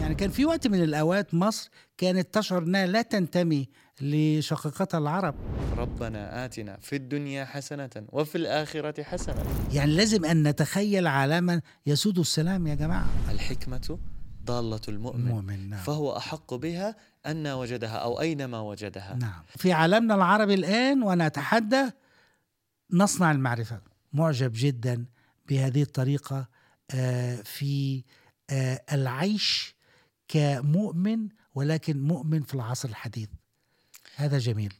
يعني كان في وقت من الأوقات مصر كانت تشعر أنها لا تنتمي لشقيقتها العرب. ربنا آتنا في الدنيا حسنة وفي الآخرة حسنة. يعني لازم أن نتخيل عالما يسود السلام يا جماعة. الحكمة ضالة المؤمن، نعم. فهو أحق بها أن وجدها أو أينما وجدها. نعم. في عالمنا العربي الآن وأنا أتحدى نصنع المعرفة، معجب جدا بهذه الطريقة في العيش كمؤمن، ولكن مؤمن في العصر الحديث. هذا جميل.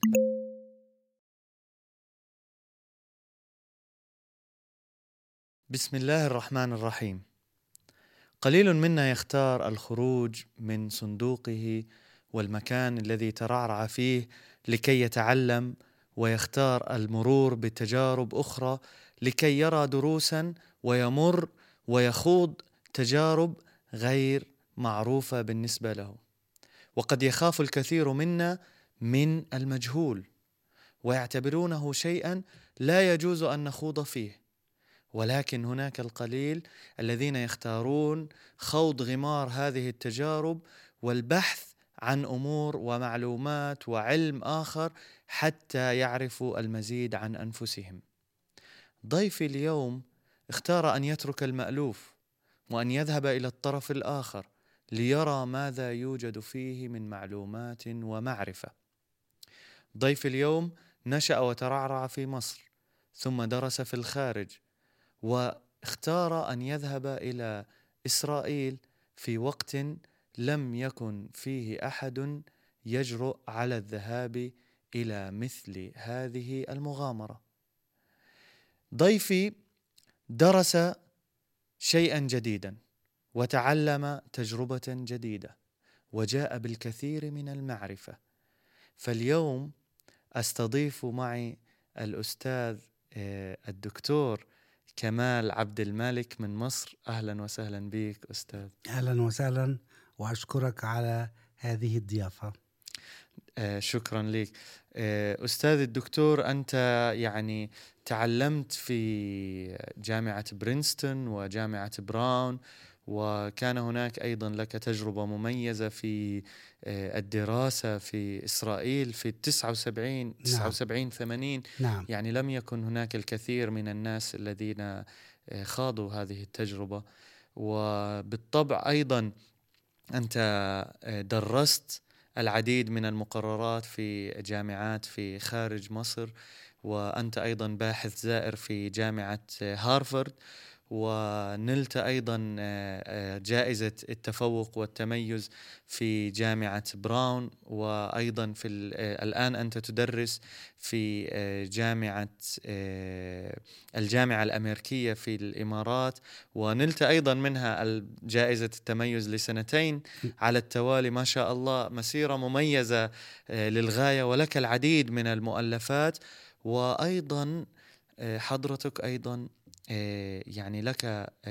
بسم الله الرحمن الرحيم. قليل منا يختار الخروج من صندوقه والمكان الذي ترعرع فيه لكي يتعلم، ويختار المرور بتجارب أخرى لكي يرى دروسا ويمر ويخوض تجارب غير معروفة بالنسبة له. وقد يخاف الكثير منا من المجهول ويعتبرونه شيئا لا يجوز أن نخوض فيه، ولكن هناك القليل الذين يختارون خوض غمار هذه التجارب والبحث عن أمور ومعلومات وعلم آخر حتى يعرفوا المزيد عن أنفسهم. ضيفي اليوم اختار أن يترك المألوف وأن يذهب إلى الطرف الآخر ليرى ماذا يوجد فيه من معلومات ومعرفة. ضيفي اليوم نشأ وترعرع في مصر، ثم درس في الخارج، واختار أن يذهب إلى إسرائيل في وقت لم يكن فيه أحد يجرؤ على الذهاب إلى مثل هذه المغامرة. ضيفي درس شيئا جديدا وتعلم تجربة جديدة وجاء بالكثير من المعرفة. فاليوم أستضيف معي الأستاذ الدكتور كمال عبد المالك من مصر. أهلا وسهلا بك أستاذ. أهلا وسهلا، وأشكرك على هذه الضيافة. شكرا لك أستاذ الدكتور. أنت يعني تعلمت في جامعة برينستون وجامعة براون، وكان هناك أيضا لك تجربة مميزة في الدراسة في إسرائيل في 79 نعم. يعني لم يكن هناك الكثير من الناس الذين خاضوا هذه التجربة. وبالطبع أيضا أنت درست العديد من المقررات في جامعات في خارج مصر، وأنت أيضا باحث زائر في جامعة هارفارد، ونلت أيضا جائزة التفوق والتميز في جامعة براون، وأيضا في الآن أنت تدرس في الجامعة الأمريكية في الإمارات، ونلت أيضا منها جائزة التميز لسنتين على التوالي. ما شاء الله، مسيرة مميزة للغاية، ولك العديد من المؤلفات. وأيضا حضرتك أيضا يعني لك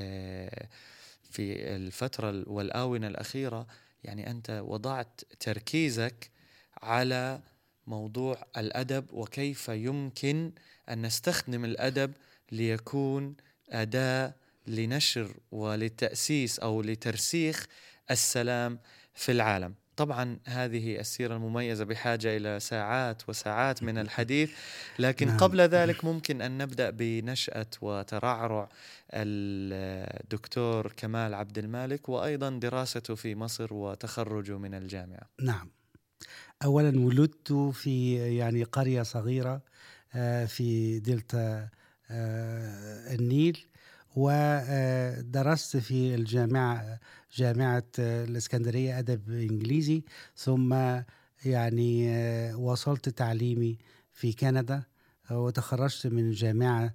في الفترة والآونة الأخيرة يعني أنت وضعت تركيزك على موضوع الأدب، وكيف يمكن أن نستخدم الأدب ليكون أداة لنشر وللتأسيس أو لترسيخ السلام في العالم. طبعا هذه السيرة المميزة بحاجة إلى ساعات وساعات من الحديث، لكن قبل ذلك ممكن أن نبدأ بنشأة وترعرع الدكتور كمال عبد المالك، وأيضا دراسته في مصر وتخرجه من الجامعة. نعم. أولا ولدت في يعني قرية صغيرة في دلتا النيل، ودرست في جامعة الإسكندرية أدب إنجليزي، ثم يعني وصلت تعليمي في كندا، وتخرجت من جامعة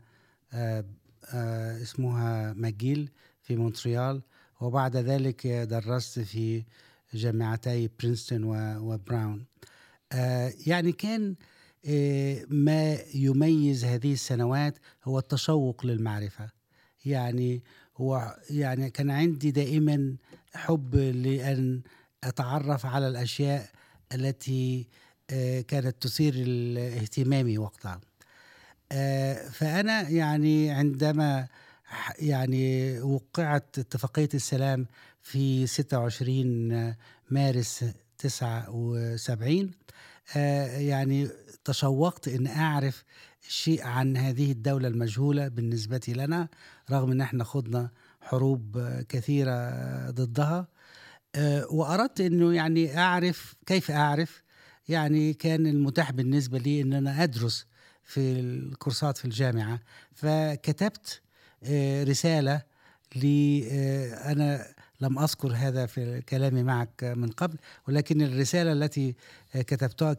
اسمها ماجيل في مونتريال، وبعد ذلك درست في جامعتي برينستون وبراون. يعني كان ما يميز هذه السنوات هو التشوق للمعرفة. يعني كان عندي دائما حب لأن أتعرف على الأشياء التي كانت تثير اهتمامي وقتها. فأنا يعني عندما يعني وقعت اتفاقية السلام في 26 مارس 79. يعني تشوقت أن أعرف شيء عن هذه الدولة المجهولة بالنسبة لنا، رغم أن احنا خضنا حروب كثيرة ضدها. وأردت أنه يعني أعرف كيف أعرف. يعني كان المتاح بالنسبة لي أن أنا أدرس في الكورسات في الجامعة، فكتبت رسالة لي. أنا لم أذكر هذا في كلامي معك من قبل، ولكن الرسالة التي كتبتها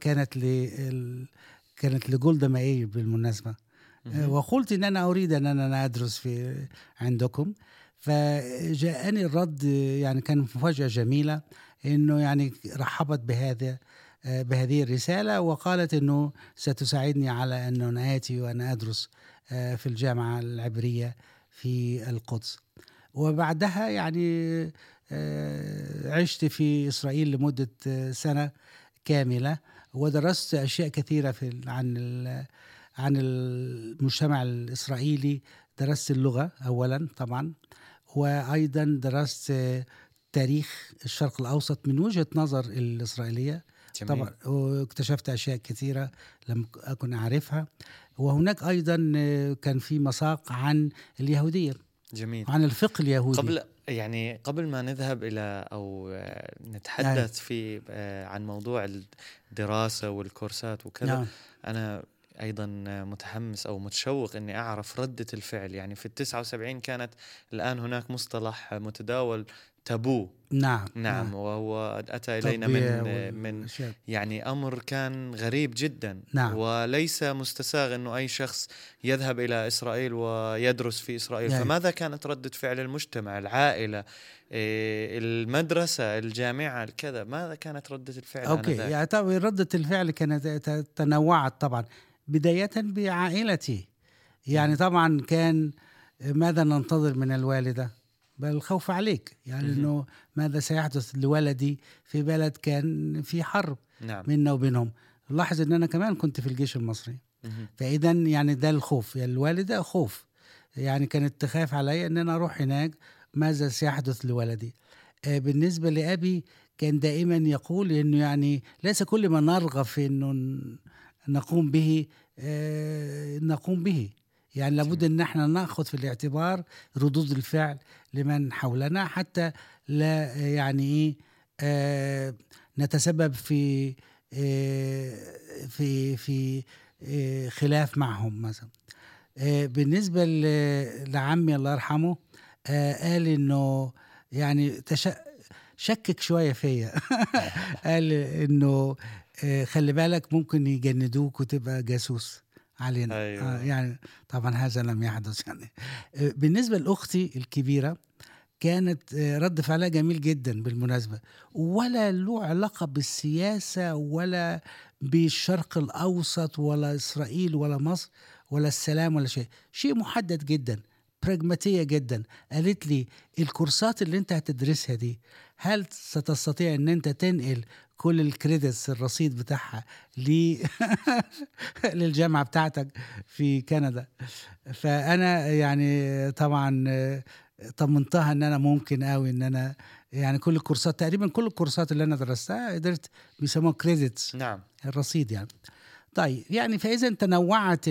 كانت لجولدا مائير بالمناسبة. وقلت ان انا اريد ان انا ادرس في عندكم. فجاءني الرد، يعني كان مفاجأة جميلة، انه يعني رحبت بهذه الرسالة، وقالت انه ستساعدني على ان انا اتي وانا ادرس في الجامعة العبرية في القدس. وبعدها يعني عشت في إسرائيل لمدة سنة كاملة، ودرست أشياء كثيرة عن المجتمع الإسرائيلي. درست اللغة أولا طبعا، وأيضا درست تاريخ الشرق الأوسط من وجهة نظر الإسرائيلية. جميل. طبعا واكتشفت أشياء كثيرة لم أكن أعرفها. وهناك أيضا كان في مساق عن اليهودية، جميل، عن الفقه اليهودي. قبل ما نذهب إلى أو نتحدث في عن موضوع الدراسة والكورسات وكذا. نعم. أنا أيضا متحمس أو متشوق أني أعرف ردة الفعل. يعني في 79 كانت الآن هناك مصطلح متداول تابو. نعم. وهو أتى إلينا من يعني أمر كان غريب جدا. نعم. وليس مستساغ أنه أي شخص يذهب إلى إسرائيل ويدرس في إسرائيل. فماذا كانت ردة فعل المجتمع، العائلة، المدرسة، الجامعة، كذا؟ ماذا كانت ردة الفعل؟ أوكي. يعني طبعا ردة الفعل كانت تنوعت طبعا، بداية بعائلتي. يعني طبعا كان ماذا ننتظر من الوالدة؟ بل الخوف عليك، يعني أنه ماذا سيحدث لولدي في بلد كان في حرب. نعم. منا وبينهم. لاحظ أن أنا كمان كنت في الجيش المصري. فإذا يعني ده الخوف، يعني الوالدة خوف، يعني كانت تخاف علي أن أنا أروح هناك، ماذا سيحدث لولدي. بالنسبة لأبي كان دائما يقول أنه يعني ليس كل ما نرغب في أنه نقوم به. يعني لابد أن احنا نأخذ في الاعتبار ردود الفعل لمن حولنا، حتى لا يعني نتسبب في خلاف معهم مثلا. بالنسبة لعمي الله يرحمه، قال إنه يعني شكك شوية فيا. قال إنه خلي بالك ممكن يجندوك وتبقى جاسوس علينا. أيوة. يعني طبعا هذا لم يحدث. يعني بالنسبة لأختي الكبيرة كانت رد فعلها جميل جدا بالمناسبة، ولا له علاقة بالسياسة ولا بالشرق الأوسط ولا إسرائيل ولا مصر ولا السلام ولا شيء محدد جدا، براغماتية جدا. قالت لي الكورسات اللي انت هتدرسها دي، هل ستستطيع ان انت تنقل كل الكريدتس الرصيد بتاعها للجامعة بتاعتك في كندا؟ فأنا يعني طبعا طمنتها ان انا ممكن قوي ان انا يعني تقريبا كل الكورسات اللي انا درستها قدرت بيسموها كريدتس. نعم. الرصيد يعني. طيب يعني فاذا تنوعت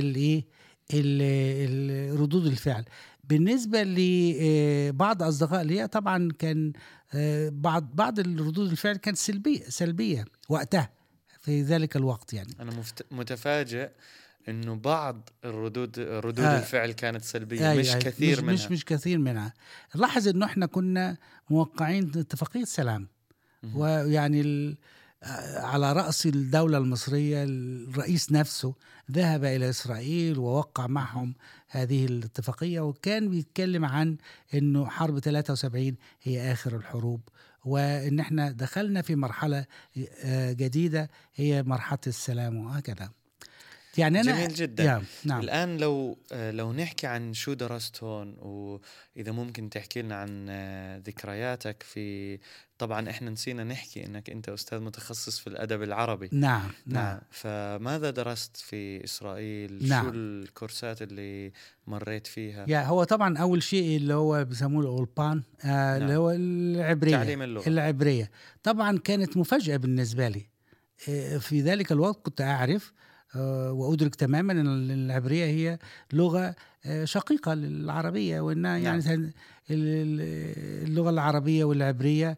ردود الفعل. بالنسبه لبعض اصدقاء لي طبعا كان بعض الردود الفعل كانت سلبيه وقتها في ذلك الوقت. يعني انا متفاجئ انه بعض ردود الفعل كانت سلبيه. مش كثير منها. مش كثير منها. لاحظ انه احنا كنا موقعين اتفاقيه سلام، ويعني على رأس الدولة المصرية الرئيس نفسه ذهب إلى إسرائيل ووقع معهم هذه الاتفاقية، وكان بيتكلم عن أنه حرب 73 هي آخر الحروب، وأن احنا دخلنا في مرحلة جديدة هي مرحلة السلام وهكذا. يعني أنا جميل جدا. نعم. الآن لو نحكي عن شو درست هون، وإذا ممكن تحكي لنا عن ذكرياتك في، طبعا إحنا نسينا نحكي إنك أنت أستاذ متخصص في الأدب العربي. نعم. فماذا درست في إسرائيل؟ نعم. شو الكورسات اللي مريت فيها؟ هو طبعا أول شيء اللي هو بيسموه الأولبان، اللي هو العبرية، تعليم اللغة. العبرية طبعا كانت مفاجأة بالنسبة لي. في ذلك الوقت كنت أعرف وأدرك تماما أن العبرية هي لغة شقيقة للعربية، وأنها يعني اللغة العربية والعبرية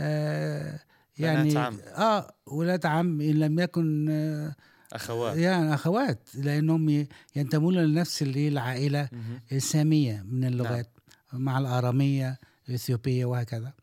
يعني ولاد عم إن لم يكن أخوات، يعني أخوات، لأنهم ينتمون لنفس العائلة السامية من اللغات. مع الآرامية الإثيوبية وهكذا.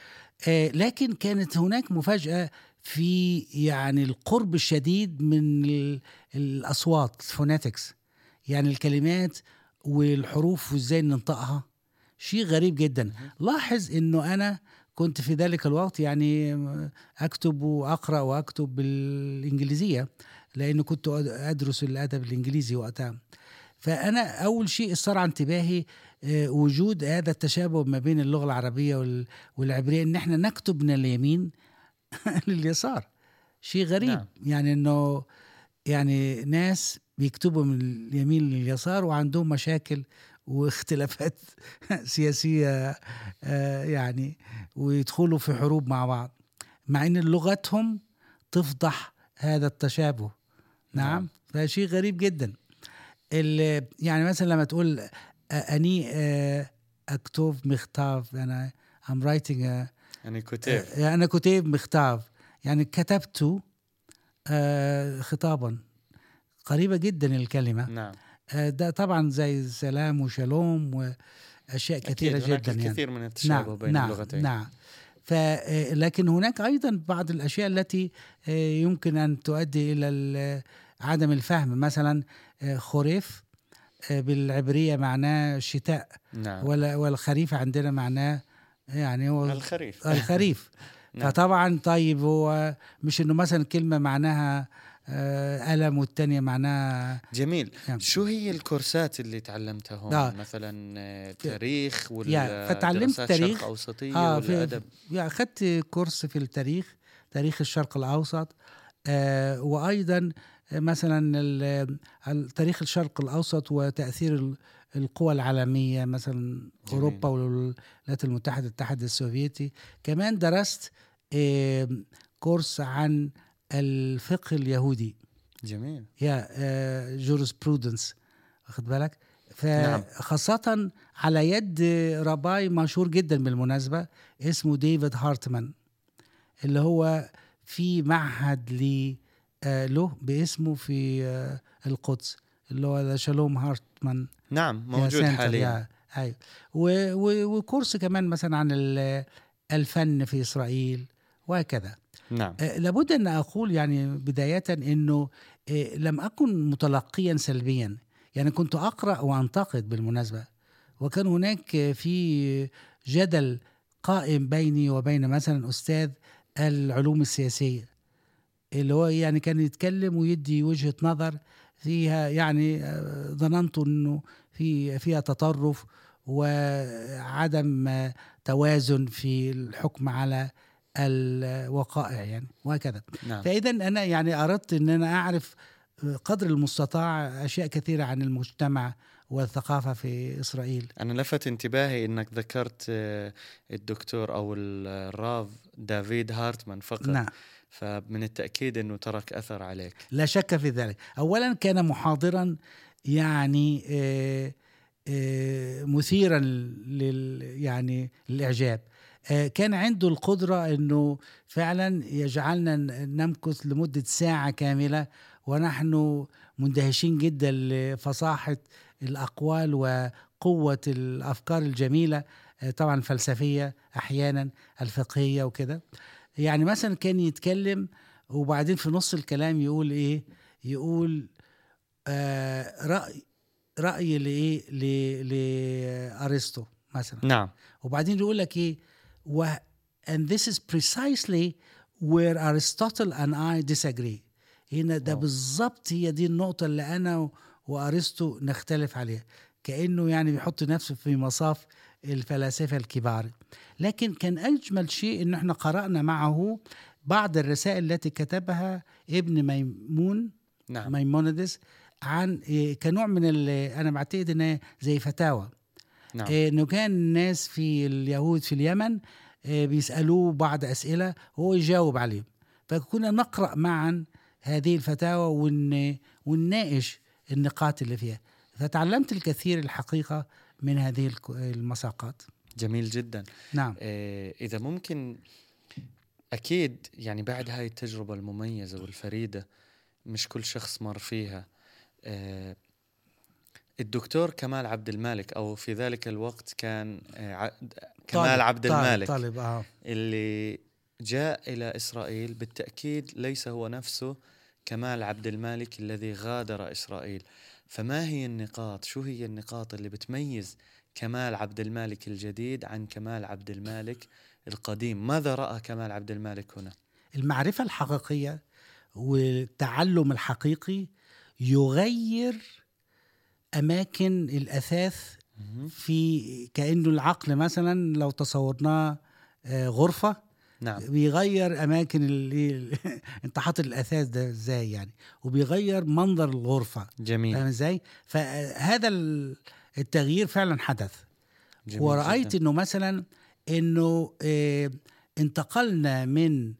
لكن كانت هناك مفاجأة في يعني القرب الشديد من الأصوات، فوناتكس، يعني الكلمات والحروف وإزاي ننطقها، شيء غريب جدا. لاحظ إنه أنا كنت في ذلك الوقت يعني أكتب وأقرأ وأكتب بالإنجليزية، لأنه كنت أدرس الأدب الإنجليزي وقتها. فأنا أول شيء استرعى انتباهي وجود هذا التشابه ما بين اللغة العربية والعبرية، إن إحنا نكتب من اليمين لليسار. شيء غريب. يعني إنه يعني ناس بيكتبوا من اليمين لليسار وعندهم مشاكل واختلافات سياسية يعني، ويدخلوا في حروب مع بعض، مع إن لغتهم تفضح هذا التشابه. نعم. فشيء غريب جدا. يعني مثلا لما تقول أني أكتب مختاف، أنا I'm writing أنا كتب مختاف، يعني كتبت خطابا. قريبة جدا الكلمة. نعم. ده طبعا زي سلام وشالوم وأشياء كثيرة جدا، يعني الكثير من التشابه بين اللغتين. نعم. لكن هناك أيضا بعض الأشياء التي يمكن أن تؤدي إلى عدم الفهم. مثلا خريف بالعبرية معناه شتاء. نعم. والخريف عندنا معناه يعني هو الخريف. نعم. فطبعا طيب هو مش إنه مثلا كلمة معناها ألم والتانية معناها جميل. يعني شو هي الكورسات اللي تعلمتها هون؟ مثلا تاريخ ولا دراسات شرق أوسطية ولا أدب؟ أخذت كورس في التاريخ، تاريخ الشرق الأوسط، وأيضا مثلا تاريخ الشرق الأوسط وتأثير القوى العالمية، مثلا جميل. أوروبا والولايات المتحدة، الاتحاد السوفيتي. كمان درست كورس عن الفقه اليهودي. جميل. جورسبرودنس، واخد بالك؟ خاصة على يد رباي مشهور جدا بالمناسبة اسمه ديفيد هارتمان، اللي هو في معهد له باسمه في القدس، اللي هو شالوم هارتمان. نعم، موجود حاليا. أيوة. وكورس كمان مثلا عن الفن في إسرائيل وهكذا. نعم. لابد أن أقول يعني بداية أنه لم أكن متلقيا سلبيا، يعني كنت أقرأ وأنتقد بالمناسبة، وكان هناك في جدل قائم بيني وبين مثلا أستاذ العلوم السياسية، اللي هو يعني كان يتكلم ويدي وجهة نظر فيها يعني ظننت أنه فيها تطرف وعدم توازن في الحكم على الوقائع يعني وهكذا. نعم. فإذا أنا يعني أردت أن أنا أعرف قدر المستطاع أشياء كثيرة عن المجتمع والثقافة في إسرائيل. أنا لفت انتباهي أنك ذكرت الدكتور أو الراف دافيد هارتمان فقط. نعم. فمن التأكيد أنه ترك أثر عليك. لا شك في ذلك. أولا كان محاضرا يعني مثيرا يعني للإعجاب. كان عنده القدرة أنه فعلا يجعلنا نمكث لمدة ساعة كاملة ونحن مندهشين جدا لفصاحة الأقوال وقوة الأفكار الجميلة، طبعا الفلسفية أحيانا، الفقهية وكده. يعني مثلا كان يتكلم وبعدين في نص الكلام يقول إيه، يقول رأي لأرسطو مثلا. نعم. وبعدين يقول لك إيه and this is precisely where Aristotle and I disagree. هنا ده بالظبط هي دي النقطة اللي أنا وأرسطو نختلف عليها، كأنه يعني بيحط نفسه في مصاف الفلاسفة الكبار. لكن كان أجمل شيء إن احنا قرأنا معه بعض الرسائل التي كتبها ابن ميمون، نعم. ميموندس، عن كنوع من أنا بعتقد إنها زي فتاوى. نعم. إنه كان الناس في اليهود في اليمن بيسألوه بعض أسئلة وهو يجاوب عليهم، فكنا نقرأ معا هذه الفتاوى ونناقش النقاط اللي فيها، فتعلمت الكثير الحقيقة من هذه المساقات. جميل جدا. نعم. إذا ممكن، أكيد يعني بعد هاي التجربة المميزة والفريدة مش كل شخص مر فيها، الدكتور كمال عبد المالك، أو في ذلك الوقت كان كمال عبد المالك طالب اللي جاء إلى إسرائيل، بالتأكيد ليس هو نفسه كمال عبد المالك الذي غادر إسرائيل. فما هي النقاط، شو هي النقاط اللي بتميز كمال عبد المالك الجديد عن كمال عبد المالك القديم؟ ماذا رأى كمال عبد المالك هنا؟ المعرفة الحقيقية والتعلم الحقيقي يغير أماكن الأثاث في، كأنه العقل مثلا لو تصورناه غرفة، نعم، بيغير أماكن انت حاطط الأثاث ده ازاي يعني، وبيغير منظر الغرفة. جميل. فاهم ازاي؟ فهذا التغيير فعلا حدث. ورأيت انه مثلا انه انتقلنا من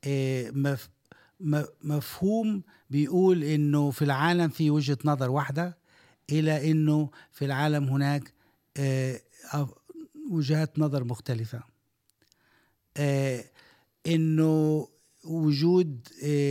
مفهوم بيقول انه في العالم في وجهة نظر واحدة إلى أنه في العالم هناك وجهات نظر مختلفة، أنه وجود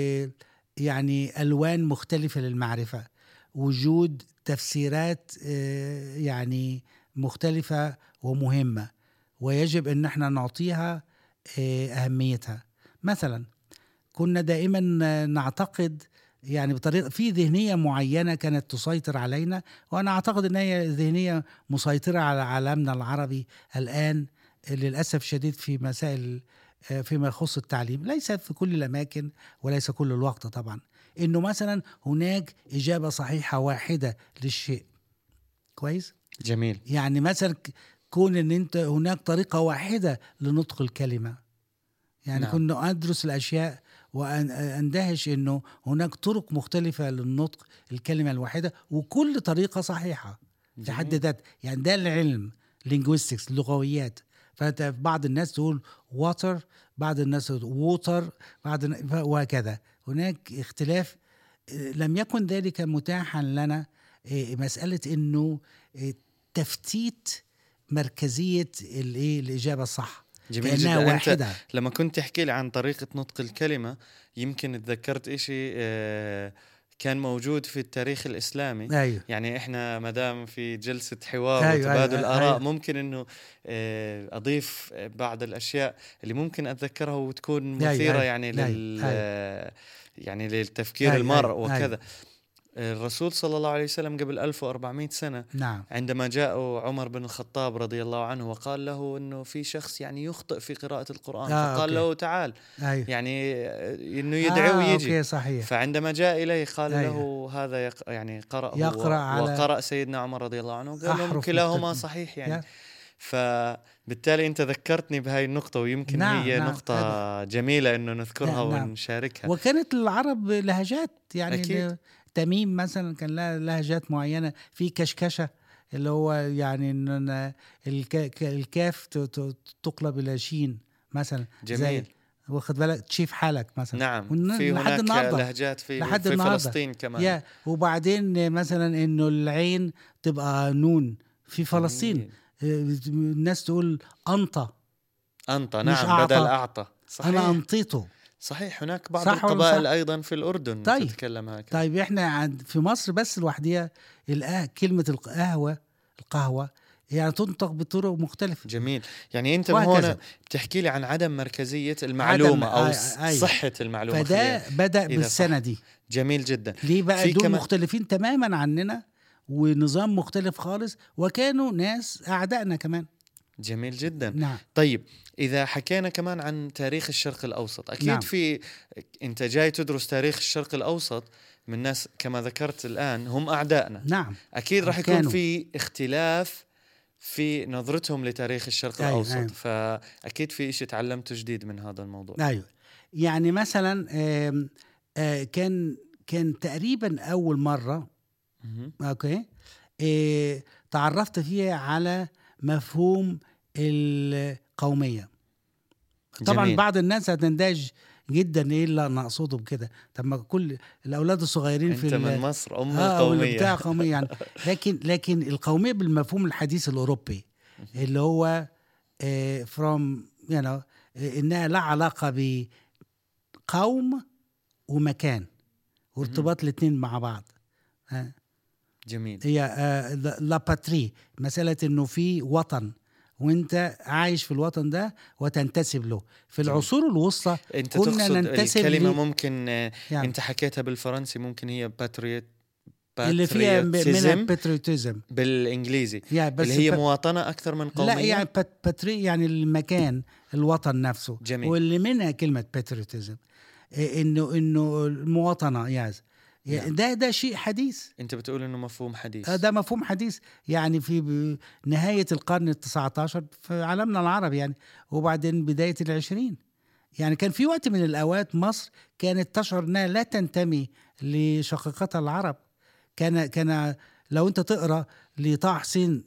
يعني ألوان مختلفة للمعرفة، وجود تفسيرات يعني مختلفة ومهمة، ويجب أن احنا نعطيها أهميتها. مثلا كنا دائما نعتقد يعني بطريقة في ذهنية معينة كانت تسيطر علينا، وأنا أعتقد أن هي ذهنية مسيطرة على عالمنا العربي الآن للأسف شديد في مسائل فيما يخص التعليم، ليس في كل الأماكن وليس كل الوقت طبعا، إنه مثلا هناك إجابة صحيحة واحدة للشيء. كويس؟ جميل. يعني مثلا كون أن أنت هناك طريقة واحدة لنطق الكلمة، يعني نعم. كنا أدرس الأشياء وأندهش إنه هناك طرق مختلفة للنطق الكلمة الواحدة، وكل طريقة صحيحة في حد ذات. يعني ده العلم linguistics، اللغويات. فبعض الناس تقول water، بعض الناس تقول water، وهكذا. هناك اختلاف. لم يكن ذلك متاحا لنا مسألة إنه تفتيت مركزية الإجابة الصح. جميل جدا. واحدة. لما كنت تحكي لي عن طريقة نطق الكلمة يمكن تذكرت إشي كان موجود في التاريخ الإسلامي. أيوه. يعني إحنا مدام في جلسة حوار وتبادل آراء، ممكن إنه أضيف بعض الأشياء اللي ممكن أتذكرها وتكون مثيرة يعني يعني للتفكير المرء وكذا. الرسول صلى الله عليه وسلم قبل 1400 سنة نعم. عندما جاء عمر بن الخطاب رضي الله عنه وقال له أنه في شخص يعني يخطئ في قراءة القرآن، فقال له تعال. يعني أنه يدعو ويجي. صحيح. فعندما جاء إليه قال له هذا يعني قرأ وقرأ سيدنا عمر رضي الله عنه، قال لهم كلاهما صحيح يعني. فبالتالي أنت ذكرتني بهاي النقطة، ويمكن هي نقطة جميلة أنه نذكرها ونشاركها. وكانت العرب لهجات يعني أكيد. تميم مثلا كان لها لهجات معينة، في كشكشة اللي هو يعني إن الكاف تقلب إلى شين مثلا. جميل. واخد بالك تشيف حالك مثلا. نعم. في هناك لهجات في فلسطين كمان. وبعدين مثلا إنه العين تبقى نون في فلسطين. الناس تقول أنطى. نعم، بدل أعطى. صحيح. أنا أنطيته. صحيح. هناك بعض القبائل أيضا في الأردن تتكلم هكذا. طيب إحنا في مصر بس لوحديها كلمة القهوة يعني تنطق بطرق مختلفة. جميل. يعني أنت هنا بتحكي لي عن عدم مركزية المعلومة أو صحة المعلومة. فده بدأ بالسنة دي. جميل جدا. ليه بقى دول مختلفين تماما عننا ونظام مختلف خالص، وكانوا ناس أعدائنا كمان. جميل جدا. نعم. طيب إذا حكينا كمان عن تاريخ الشرق الأوسط، أكيد نعم. في أنت جاي تدرس تاريخ الشرق الأوسط من ناس كما ذكرت الآن هم أعدائنا. نعم. أكيد راح يكون كانوا. في اختلاف في نظرتهم لتاريخ الشرق أيوة. الأوسط. أيوة. فأكيد في إشي تعلمته جديد من هذا الموضوع. أيوة. يعني مثلا كان تقريبا أول مرة أوكي تعرفت فيها على مفهوم القومية. طبعا جميل. بعض الناس هتندهش جدا ايه اللي انا اقصده بكده. طب ما كل الاولاد الصغيرين انت من مصر القوميه بتاع القومية. قوميه يعني لكن القوميه بالمفهوم الحديث الاوروبي اللي هو from انها لا علاقه بقوم ومكان وارتباط الاثنين مع بعض. جميل. هي لا باتري، مساله انه في وطن وانت عايش في الوطن ده وتنتسب له. في العصور الوسطى انت كنا تقصد ننتسب الكلمة ممكن يعني انت حكيتها بالفرنسي، ممكن هي اللي فيها من الباتريوتيزم بالانجليزي يعني اللي هي مواطنة اكثر من قومية. لا يعني باتري يعني المكان الوطن نفسه. جميل. واللي منها كلمة باتريوتيزم انه المواطنة ياز يعني ده شيء حديث. انت بتقول انه مفهوم حديث. ده مفهوم حديث يعني في نهاية القرن ال19 في عالمنا العربي يعني، وبعدين بداية ال20 يعني. كان في وقت من الأوقات مصر كانت تشعر أنها لا تنتمي لشقيقتها العرب. كان لو أنت تقرأ لطه حسين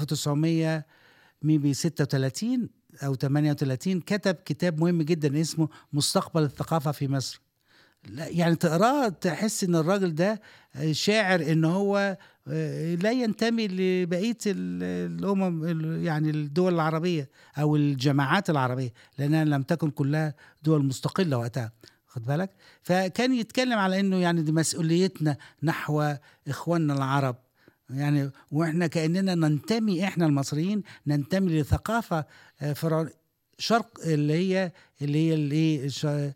1936 أو 38 كتب كتاب مهم جدا اسمه مستقبل الثقافة في مصر. يعني تقراه تحس ان الراجل ده شاعر ان هو لا ينتمي لبقية الأمم يعني الدول العربية أو الجماعات العربية، لأنها لم تكن كلها دول مستقلة وقتها، خد بالك. فكان يتكلم على أنه يعني دي مسؤوليتنا نحو إخواننا العرب يعني، وإحنا كأننا ننتمي، إحنا المصريين ننتمي لثقافة شرق اللي هي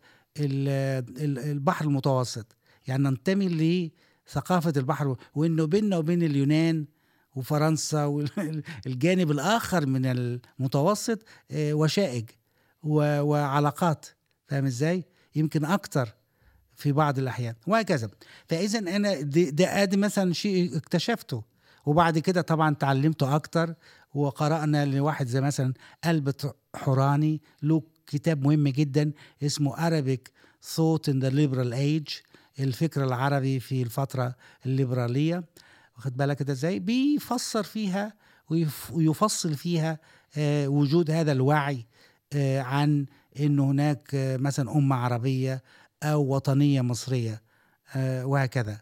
البحر المتوسط، يعني ننتمي لثقافة البحر، وإنه بيننا وبين اليونان وفرنسا والجانب الآخر من المتوسط وشائج وعلاقات، فاهم إزاي؟ يمكن أكتر في بعض الأحيان وهكذا. فإذا أنا ده مثلا شيء اكتشفته، وبعد كده طبعا تعلمته أكتر وقرأنا لواحد زي مثلا ألبرت حوراني، له كتاب مهم جدا اسمه Arabic Thought in the Liberal Age، الفكر العربي في الفترة الليبرالية، واخد بالك ده ازاي بيفسر فيها ويفصل فيها وجود هذا الوعي عن إن هناك مثلا أمة عربية أو وطنية مصرية وهكذا.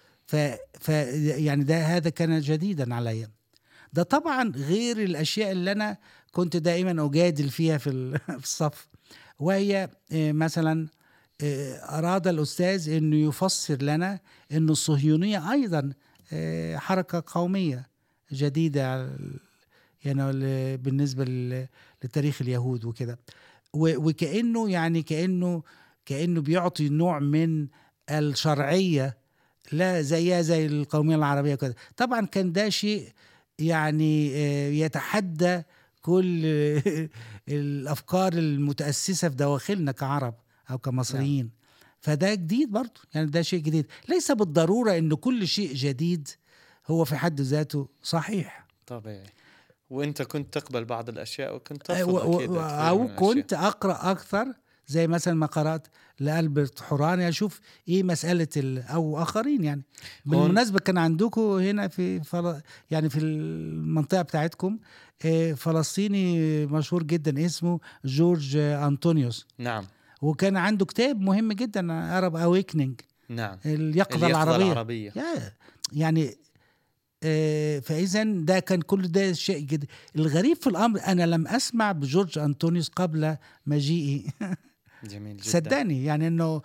يعني هذا كان جديدا علي. ده طبعا غير الأشياء اللي أنا كنت دائما أجادل فيها في الصف، وهي مثلا أراد الأستاذ أنه يفسر لنا أن الصهيونية أيضا حركة قومية جديدة يعني بالنسبة لتاريخ اليهود وكده، وكأنه يعني كأنه بيعطي نوع من الشرعية لا زيها زي القومية العربية كده. طبعا كان ده شيء يعني يتحدى كل الأفكار المتأسسة في دواخلنا كعرب أو كمصريين. نعم. فده جديد برضو، يعني ده شيء جديد. ليس بالضرورة أن كل شيء جديد هو في حد ذاته صحيح. طبيعي. وانت كنت تقبل بعض الأشياء وكنت ترفض أكيد أو كنت أقرأ أكثر، زي مثلا ما قرأت لألبرت حوراني أشوف إيه مسألة أو آخرين يعني. بالمناسبة كان عندكم هنا يعني في المنطقة بتاعتكم فلسطيني مشهور جدا اسمه جورج أنطونيوس. نعم. وكان عنده كتاب مهم جدا Arab Awakening. نعم. اليقظة العربية. يعني فإذا ده كان كل ده شيء جدا. الغريب في الأمر أنا لم أسمع بجورج أنطونيوس قبل مجيئي. جميل جدا. صدقني يعني أنه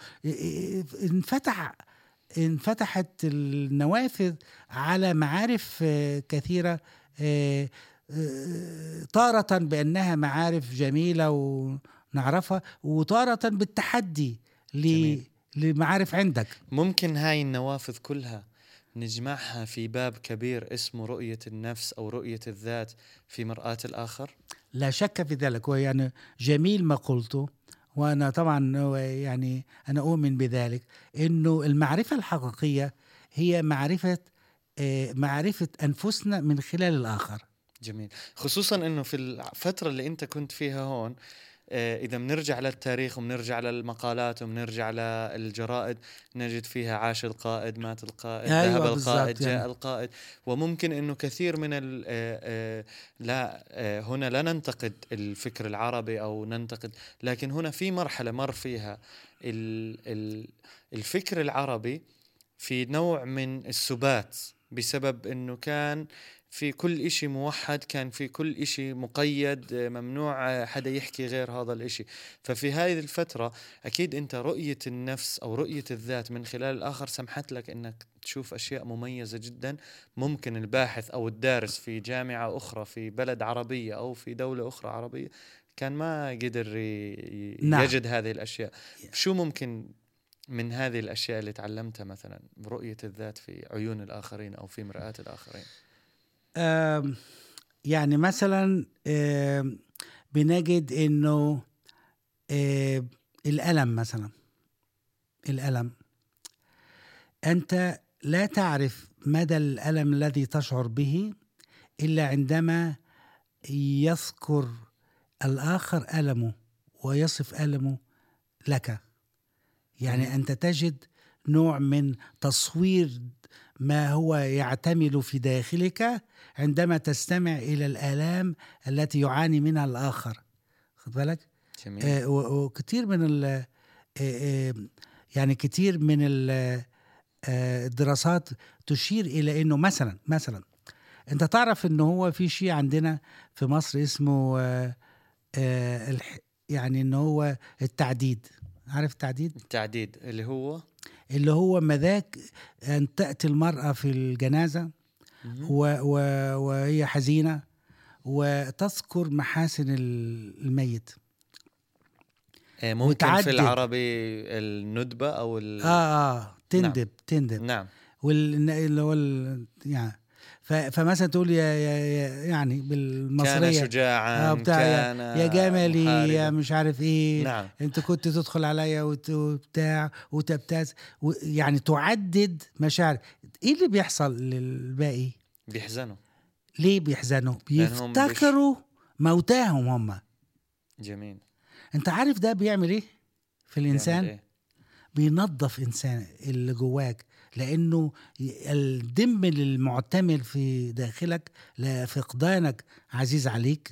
انفتحت النوافذ على معارف كثيرة، تارة بأنها معارف جميلة ونعرفها، وتارة بالتحدي لمعارف عندك. ممكن هاي النوافذ كلها نجمعها في باب كبير اسمه رؤية النفس أو رؤية الذات في مرآة الآخر. لا شك في ذلك، ويعني جميل ما قلته، وأنا طبعا يعني أنا أؤمن بذلك، إنه المعرفة الحقيقية هي معرفة أنفسنا من خلال الآخر. جميل، خصوصا انه في الفترة اللي انت كنت فيها هون، إذا بنرجع للتاريخ وبنرجع للمقالات وبنرجع للجرائد، نجد فيها عاش القائد، مات القائد، أيوة ذهب القائد، يعني. جاء القائد. وممكن أنه كثير من لا هنا لا ننتقد الفكر العربي أو ننتقد، لكن هنا في مرحلة مر فيها الفكر العربي في نوع من السبات، بسبب أنه كان في كل إشي موحد، كان في كل إشي مقيد، ممنوع حدا يحكي غير هذا الإشي. ففي هذه الفترة أكيد أنت رؤية النفس أو رؤية الذات من خلال الآخر سمحت لك أنك تشوف أشياء مميزة جدا، ممكن الباحث أو الدارس في جامعة أخرى في بلد عربية أو في دولة أخرى عربية كان ما قدر يجد هذه الأشياء. شو ممكن من هذه الأشياء اللي تعلمتها مثلا رؤية الذات في عيون الآخرين أو في مرآة الآخرين؟ يعني مثلا بنجد انه الألم مثلا، الألم أنت لا تعرف مدى الألم الذي تشعر به إلا عندما يذكر الآخر ألمه ويصف ألمه لك. يعني أنت تجد نوع من تصوير ما هو يعتمل في داخلك عندما تستمع إلى الآلام التي يعاني منها الآخر. خد بالك؟ وكثير من يعني كثير من الدراسات تشير إلى أنه مثلا أنت تعرف أنه هو في شيء عندنا في مصر اسمه يعني أنه هو التعديد. عارف التعديد اللي هو مذاك أن تأتي المرأة في الجنازة وهي حزينة وتذكر محاسن الميت. ممكن وتعدد. في العربي الندبة أو تندب. نعم. اللي هو يعني فمثلا تقول يعني بالمصرية كان شجاعا، كان يا جمالي، يا مش عارف ايه. نعم. انت كنت تدخل عليا وبتاع وتبتاز يعني تعدد مشاعر. ايه اللي بيحصل للباقي؟ بيحزنوا. ليه بيحزنوا؟ بيفتكروا موتاهم هم. جميل. انت عارف ده بيعمل ايه في الانسان؟ بينظف انسان اللي جواك، لانه الدم المعتمل في داخلك لفقدانك عزيز عليك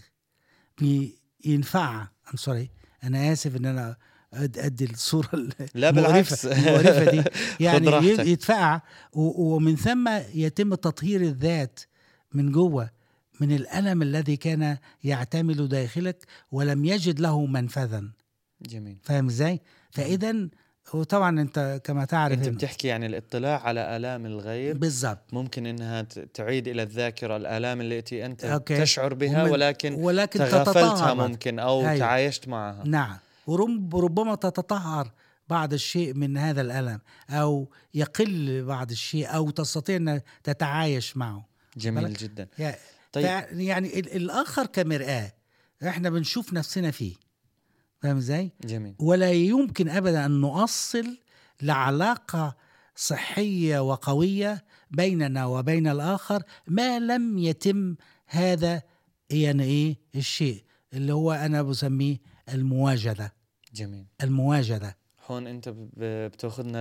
بينفع. انا اسف ان انا ادي الصوره المقرفه دي يعني يدفع، ومن ثم يتم تطهير الذات من جوه من الألم الذي كان يعتمل داخلك ولم يجد له منفذا. جميل. فاهم ازاي؟ فإذن وطبعا انت كما تعرف انت بتحكي يعني الاطلاع على آلام الغير بالضبط، ممكن انها تعيد الى الذاكرة الآلام التي انت تشعر بها ولكن تغافلتها ممكن او تعايشت معها. نعم. وربما تتطهر بعض الشيء من هذا الألم او يقل بعض الشيء او تستطيع ان تتعايش معه. جميل جدا. طيب. يعني الآخر كمرآة احنا بنشوف نفسنا فيه. فاهم ازاي؟ جميل. ولا يمكن ابدا ان نؤصل لعلاقة صحية وقوية بيننا وبين الآخر ما لم يتم هذا يعني ايه الشيء اللي هو انا بسميه المواجدة. جميل. المواجدة هون انت بتاخذنا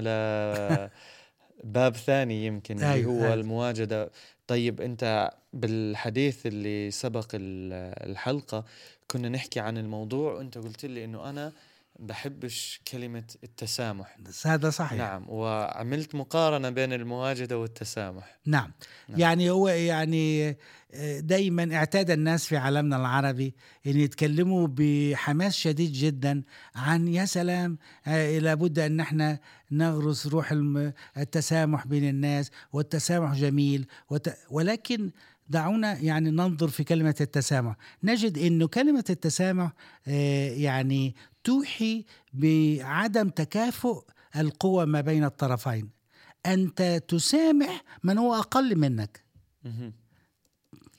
باب ثاني يمكن اللي هو المواجدة. طيب أنت بالحديث اللي سبق الحلقة كنا نحكي عن الموضوع وأنت قلت لي أنه أنا بحبش كلمة التسامح. هذا صحيح. نعم. وعملت مقارنة بين المواجدة والتسامح. نعم. يعني هو يعني دايما اعتاد الناس في عالمنا العربي ان يتكلموا بحماس شديد جدا عن يا سلام لابد ان احنا نغرس روح التسامح بين الناس، والتسامح جميل ولكن دعونا يعني ننظر في كلمة التسامح، نجد انه كلمة التسامح يعني توحي بعدم تكافؤ القوى ما بين الطرفين. أنت تسامح من هو أقل منك.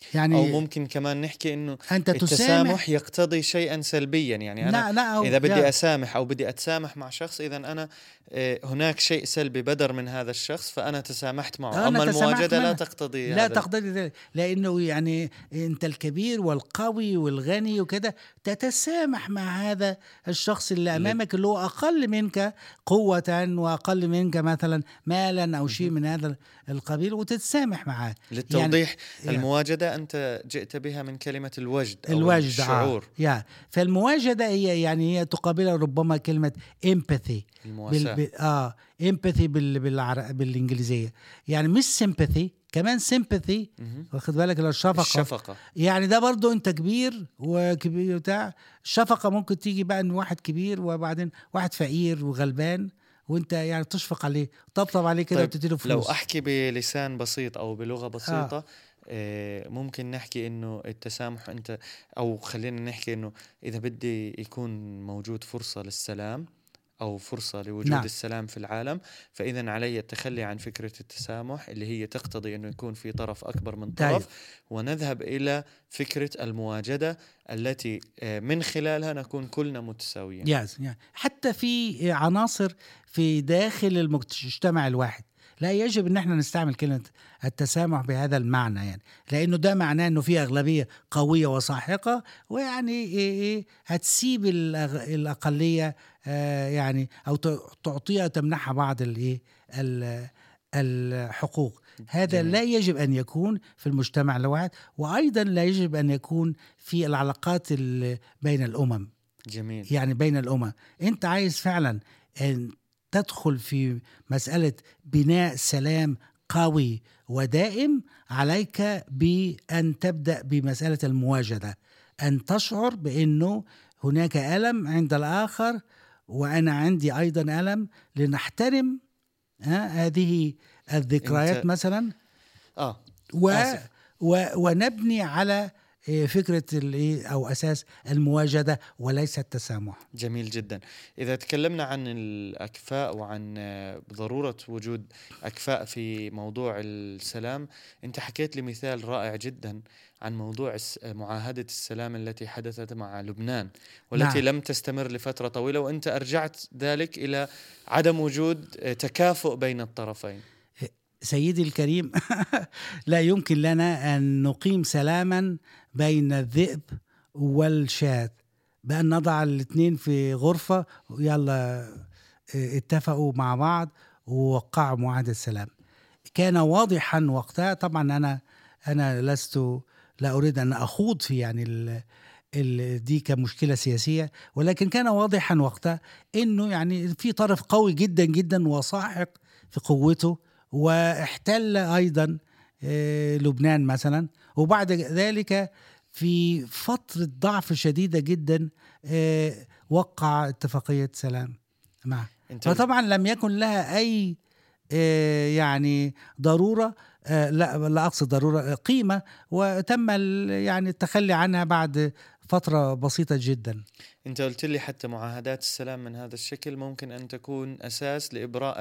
يعني أو ممكن كمان نحكي إنه أنت التسامح يقتضي شيئا سلبيا. يعني أنا إذا بدي أسامح أو بدي أتسامح مع شخص، إذا أنا هناك شيء سلبي بدر من هذا الشخص فأنا تسامحت معه. أما المواجدة لا تقتضي ذلك، لأنه يعني أنت الكبير والقوي والغني وكده تتسامح مع هذا الشخص اللي أمامك اللي هو أقل منك قوة وأقل منك مثلا مالا أو شيء من هذا القبيل وتتسامح معه. للتوضيح يعني المواجدة أنت جئت بها من كلمة الوجد أو الوجد الشعور. فالمواجدة هي تقابلها ربما كلمة empathy، empathy بالإنجليزية، يعني مش sympathy، كمان sympathy. واخد بالك لو الشفقة يعني ده برضو انت كبير وكبير بتاع الشفقة ممكن تيجي بقى ان واحد كبير وبعدين واحد فقير وغلبان وانت يعني تشفق عليه طبطب عليه كده وتديله فلوس. لو احكي بلسان بسيط او بلغة بسيطة ممكن نحكي انه التسامح انت، او خلينا نحكي انه اذا بدي يكون موجود فرصة للسلام أو فرصة لوجود السلام في العالم، فإذا علي التخلي عن فكرة التسامح اللي هي تقتضي أنه يكون في طرف أكبر من طرف، ونذهب إلى فكرة المواجدة التي من خلالها نكون كلنا متساويين. حتى في عناصر في داخل المجتمع الواحد لا يجب ان احنا نستعمل كلمة التسامح بهذا المعنى، يعني لانه ده معناه انه في اغلبية قوية وساحقة ويعني هتسيب الاقلية يعني او تعطيها تمنحها بعض الحقوق. هذا جميل. لا يجب ان يكون في المجتمع الواحد، وايضا لا يجب ان يكون في العلاقات بين الامم. جميل. يعني بين الامم انت عايز فعلا ان تدخل في مسألة بناء سلام قوي ودائم، عليك بأن تبدأ بمسألة المواجدة، أن تشعر بأنه هناك ألم عند الآخر وأنا عندي أيضا ألم، لنحترم هذه الذكريات مثلا ونبني على فكرة أو أساس المواجدة وليس التسامح. جميل جدا. إذا تكلمنا عن الأكفاء وعن ضرورة وجود أكفاء في موضوع السلام، أنت حكيت لي مثال رائع جدا عن موضوع معاهدة السلام التي حدثت مع لبنان والتي لم تستمر لفترة طويلة، وأنت أرجعت ذلك إلى عدم وجود تكافؤ بين الطرفين. سيدي الكريم لا يمكن لنا أن نقيم سلاما بين الذئب والشاة بأن نضع الاثنين في غرفة ويلا اتفقوا مع بعض ووقعوا معاهدة السلام. كان واضحا وقتها، طبعا أنا لا أريد أن أخوض في يعني دي كمشكلة سياسية، ولكن كان واضحا وقتها إنه يعني في طرف قوي جدا جدا وصاحق في قوته واحتل أيضا لبنان مثلا، وبعد ذلك في فترة ضعف شديدة جدا وقع اتفاقية سلام معه. فطبعا لم يكن لها أي يعني ضرورة، لا أقصد ضرورة، قيمة، وتم يعني التخلي عنها بعد فترة بسيطة جدا. أنت قلت لي حتى معاهدات السلام من هذا الشكل ممكن أن تكون أساس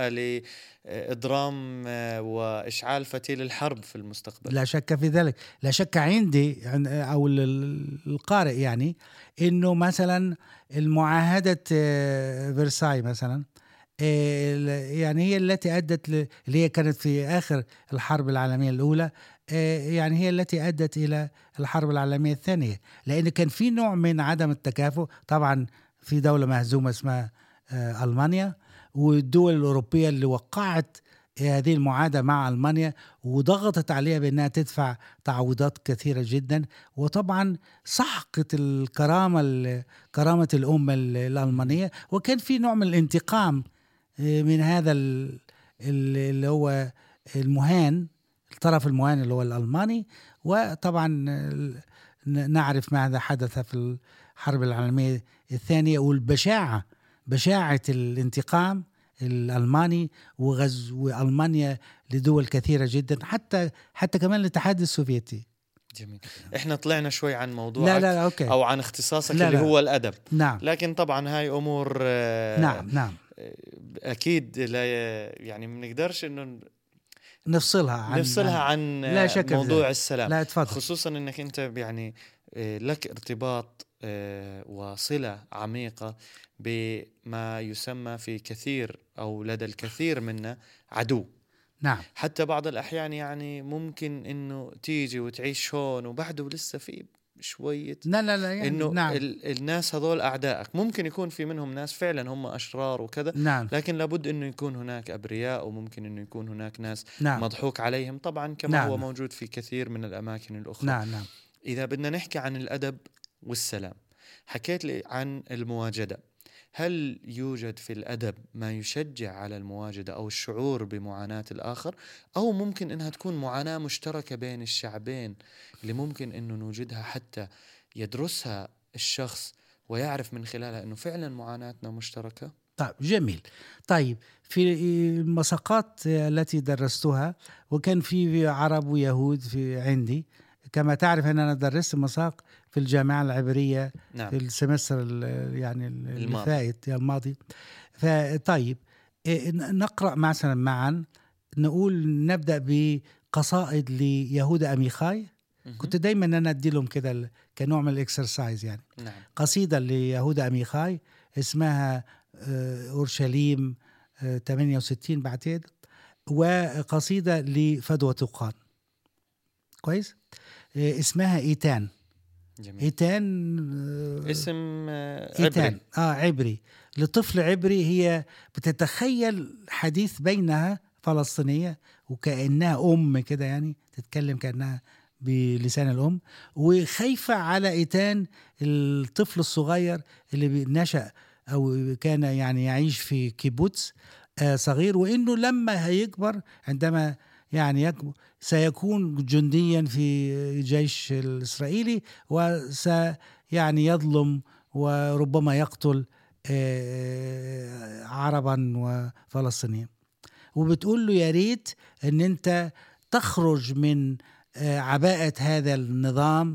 لإضرام وإشعال فتيل الحرب في المستقبل. لا شك في ذلك، لا شك عندي أو القارئ يعني إنه مثلا المعاهدة فرساي مثلا يعني هي التي أدت اللي هي كانت في آخر الحرب العالمية الأولى، يعني هي التي أدت إلى الحرب العالمية الثانية، لأن كان في نوع من عدم التكافؤ. طبعا في دولة مهزومة اسمها ألمانيا، والدول الأوروبية اللي وقعت هذه المعاهدة مع ألمانيا وضغطت عليها بأنها تدفع تعويضات كثيرة جدا، وطبعا سحقت كرامة الأمة الألمانية، وكان في نوع من الانتقام من هذا اللي هو المهان، الطرف المهان اللي هو الألماني. وطبعا نعرف ماذا حدث في الحرب العالمية الثانية والبشاعة، بشاعة الانتقام الألماني وغزو ألمانيا لدول كثيرة جدا، حتى كمان الاتحاد السوفيتي. جميل. احنا طلعنا شوي عن موضوعك لا أوكي. او عن اختصاصك اللي هو الأدب. نعم. لكن طبعا هاي امور نعم اكيد لا يعني ما نقدرش انه نفصلها عن لا شك موضوع السلام. لا تفضل. خصوصا انك انت يعني لك ارتباط وصلة عميقة بما يسمى في كثير أو لدى الكثير منا عدو. نعم. حتى بعض الأحيان يعني ممكن إنه تيجي وتعيش هون وبعده لسه في شوية لا يعني إنه نعم. الناس هذول أعدائك. ممكن يكون في منهم ناس فعلا هم أشرار وكذا، نعم. لكن لابد إنه يكون هناك أبرياء، وممكن إنه يكون هناك ناس نعم. مضحوك عليهم طبعا، كما نعم. هو موجود في كثير من الأماكن الأخرى. نعم. إذا بدنا نحكي عن الأدب والسلام، حكيت لي عن المواجدة. هل يوجد في الأدب ما يشجع على المواجدة أو الشعور بمعاناة الآخر، أو ممكن إنها تكون معاناة مشتركة بين الشعبين اللي ممكن إنه نوجدها حتى يدرسها الشخص ويعرف من خلالها إنه فعلا معاناتنا مشتركة؟ طيب جميل. طيب في المساقات التي درستها، وكان في عرب ويهود في عندي، كما تعرف أن أنا درست مساق في الجامعة العبرية. نعم. في السمستر يعني الفائت الماضي. فطيب نقرأ مثلا معا، نقول نبدأ بقصائد ليهوذا أميخاي. كنت دايما أنا أدي لهم كده كنوع من الإكسرسايز يعني. نعم. قصيدة ليهوذا أميخاي اسمها أورشليم 68 بعتقد، وقصيدة لفدوى طوقان كويس اسمها إيتان. جميل. إيتان اسم إيتان عبري. عبري لطفل عبري. هي بتتخيل حديث بينها فلسطينية وكأنها أم كده، يعني تتكلم كأنها بلسان الأم، وخايفة على إيتان الطفل الصغير اللي نشأ أو كان يعني يعيش في كيبوتس صغير، وإنه لما هيكبر عندما يعني يكبر سيكون جنديا في الجيش الإسرائيلي، وسيعني يظلم وربما يقتل عربا وفلسطينيين. وبتقول له يا ريت ان انت تخرج من عباءة هذا النظام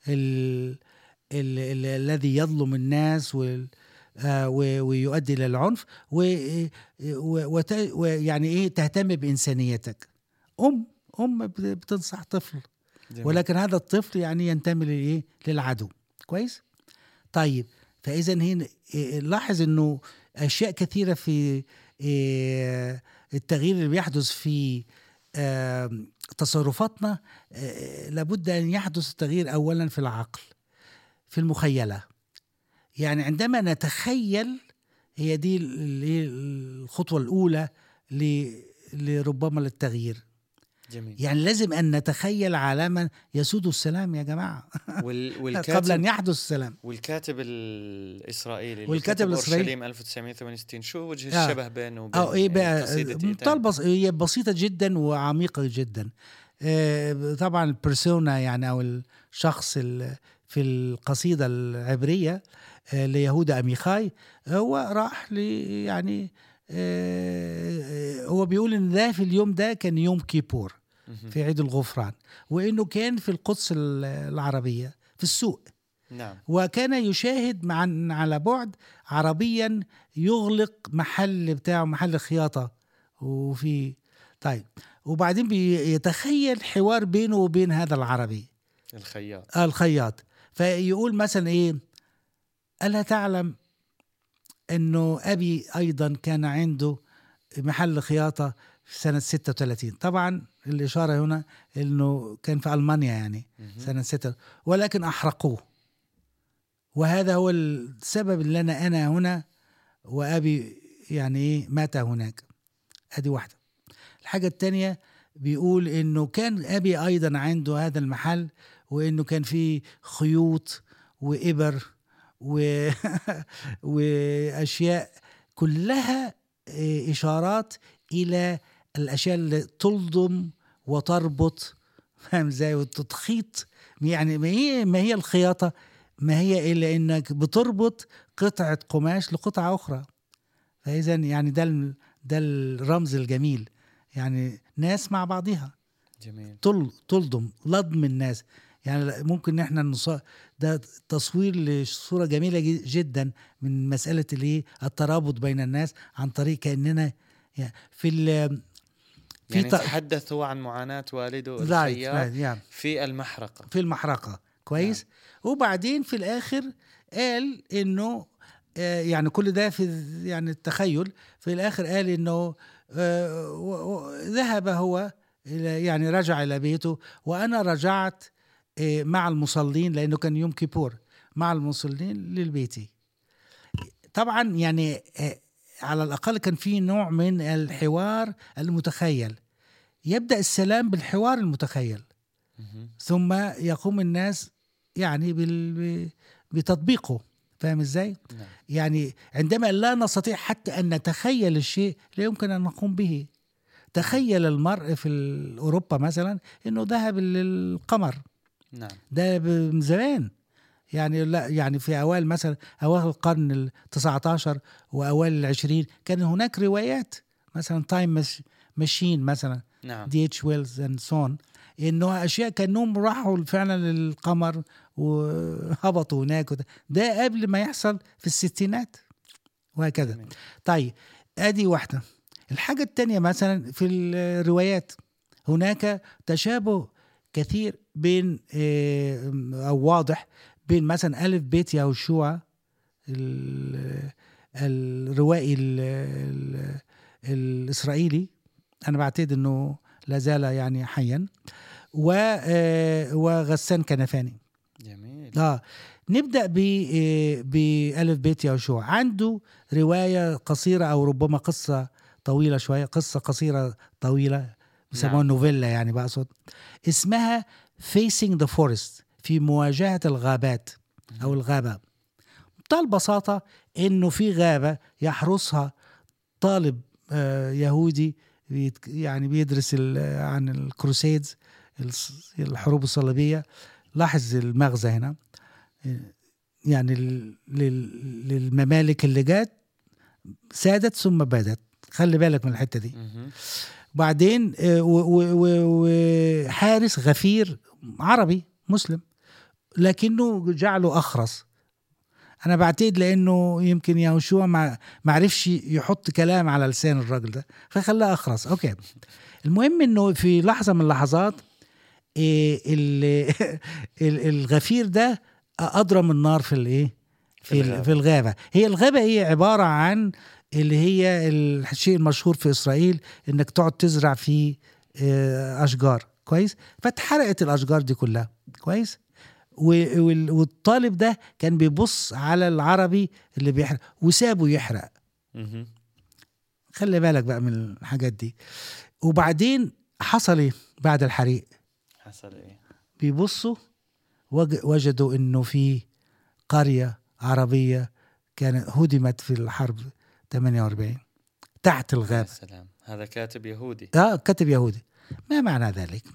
الذي يظلم الناس ويؤدي للعنف، ويعني ايه تهتم بإنسانيتك. أم بتنصح طفل. جميل. ولكن هذا الطفل يعني ينتمي للعدو. كويس. طيب فإذا هنا لاحظ انه اشياء كثيرة في التغيير اللي بيحدث في تصرفاتنا لابد أن يحدث التغيير أولا في العقل، في المخيلة. يعني عندما نتخيل، هي دي الخطوة الأولى لربما للتغيير. جميل. يعني لازم أن نتخيل عالما يسود السلام يا جماعة قبل أن يحدث السلام. والكاتب الإسرائيلي والكاتب الإسرائيلي 1968 شو وجه الشبه بينه وبين إيه بقى؟ هي بسيطة جدا وعميقة جدا. طبعا البرسونا يعني أو الشخص في القصيدة العبرية ليهوذا أميخاي هو راح يعني هو بيقول إن ده في اليوم ده كان يوم كيبور في عيد الغفران، وإنه كان في القدس العربية في السوق. نعم. وكان يشاهد على بعد عربيا يغلق محل بتاعه، محل خياطة وفي طيب، وبعدين بيتخيل حوار بينه وبين هذا العربي الخياط. فيقول مثلا ايه: ألا تعلم انه ابي ايضا كان عنده محل خياطة في سنة 36. طبعا الإشارة هنا انه كان في ألمانيا يعني سنة 6، ولكن احرقوه، وهذا هو السبب اللي أنا هنا وأبي يعني إيه مات هناك. هذه واحدة. الحاجة التانية بيقول إنه كان أبي أيضا عنده هذا المحل، وإنه كان فيه خيوط وإبر وأشياء كلها إشارات إلى الأشياء اللي تلضم وتربط، فاهم إزاي، وتتخيط. يعني ما هي الخياطة، ما هي إلا إنك بتربط قطعة قماش لقطعة أخرى. فإذا يعني ده الرمز الجميل، يعني ناس مع بعضها. جميل. تلضم لضم الناس. يعني ممكن نحن ده تصوير لصورة جميلة جدا من مسألة الترابط بين الناس عن طريق كأننا يعني يعني تحدث هو عن معاناة والده الخياط في المحرقة كويس. وبعدين في الآخر قال إنه يعني كل ده في يعني التخيل، في الآخر قال إنه ذهب هو يعني رجع إلى بيته، وأنا رجعت مع المصلين، لأنه كان يوم كيبور، مع المصلين للبيتي. طبعا يعني على الأقل كان في نوع من الحوار المتخيل. يبدأ السلام بالحوار المتخيل، ثم يقوم الناس يعني بتطبيقه. فاهم ازاي؟ يعني عندما لا نستطيع حتى أن نتخيل الشيء لا يمكن أن نقوم به. تخيل المرء في أوروبا مثلا أنه ذهب للقمر. ده من زمان، يعني لا يعني في أوائل مثلا أوائل القرن 19 وأوائل 20 كان هناك روايات مثلا تايم ماشين مثلا D.H. ويلز and so on، إنه أشياء كانهم راحوا فعلا للقمر وهبطوا هناك. ده قبل ما يحصل في الستينات وهكذا. طيب أدي واحدة. الحاجة التانية مثلا في الروايات هناك تشابه كثير بين أو واضح بين مثلا ألف بيت يهوشوع الروائي الإسرائيلي، أنا بعتقد أنه لازال يعني حيا، وغسان كنفاني. جميل. نبدأ بألف بيت يهوشوع. عنده رواية قصيرة أو ربما قصة طويلة شوية، قصة قصيرة طويلة بيسموها نوفيلا يعني بقصد، اسمها Facing the Forest، في مواجهة الغابات أو الغابة. بطال البساطة إنه في غابة يحرسها طالب يهودي يعني بيدرس عن الكروسيدز، الحروب الصليبية. لاحظ المغزى هنا، يعني للممالك اللي جات سادت ثم بدت، خلي بالك من الحتة دي. بعدين وحارس غفير عربي مسلم لكنه جعله أخرس. أنا بعتقد لأنه يمكن يهوشوع ما عرفش يحط كلام على لسان الراجل ده فخلاه أخرس. أوكي. المهم إنه في لحظة من اللحظات الغفير ده أضرم النار في الإيه في الغابة. هي الغابة هي عبارة عن اللي هي الشيء المشهور في إسرائيل إنك تقعد تزرع فيه أشجار كويس. فاتحرقت الأشجار دي كلها كويس. والطالب ده كان بيبص على العربي اللي بيحرق وسابه يحرق. خلي بالك بقى من الحاجات دي. وبعدين حصل ايه بعد الحريق؟ حصل ايه؟ بيبصوا وجدوا انه في قرية عربية كانت هدمت في الحرب 48 تحت الغابة. سلام. هذا كاتب يهودي. كاتب يهودي. ما معنى ذلك؟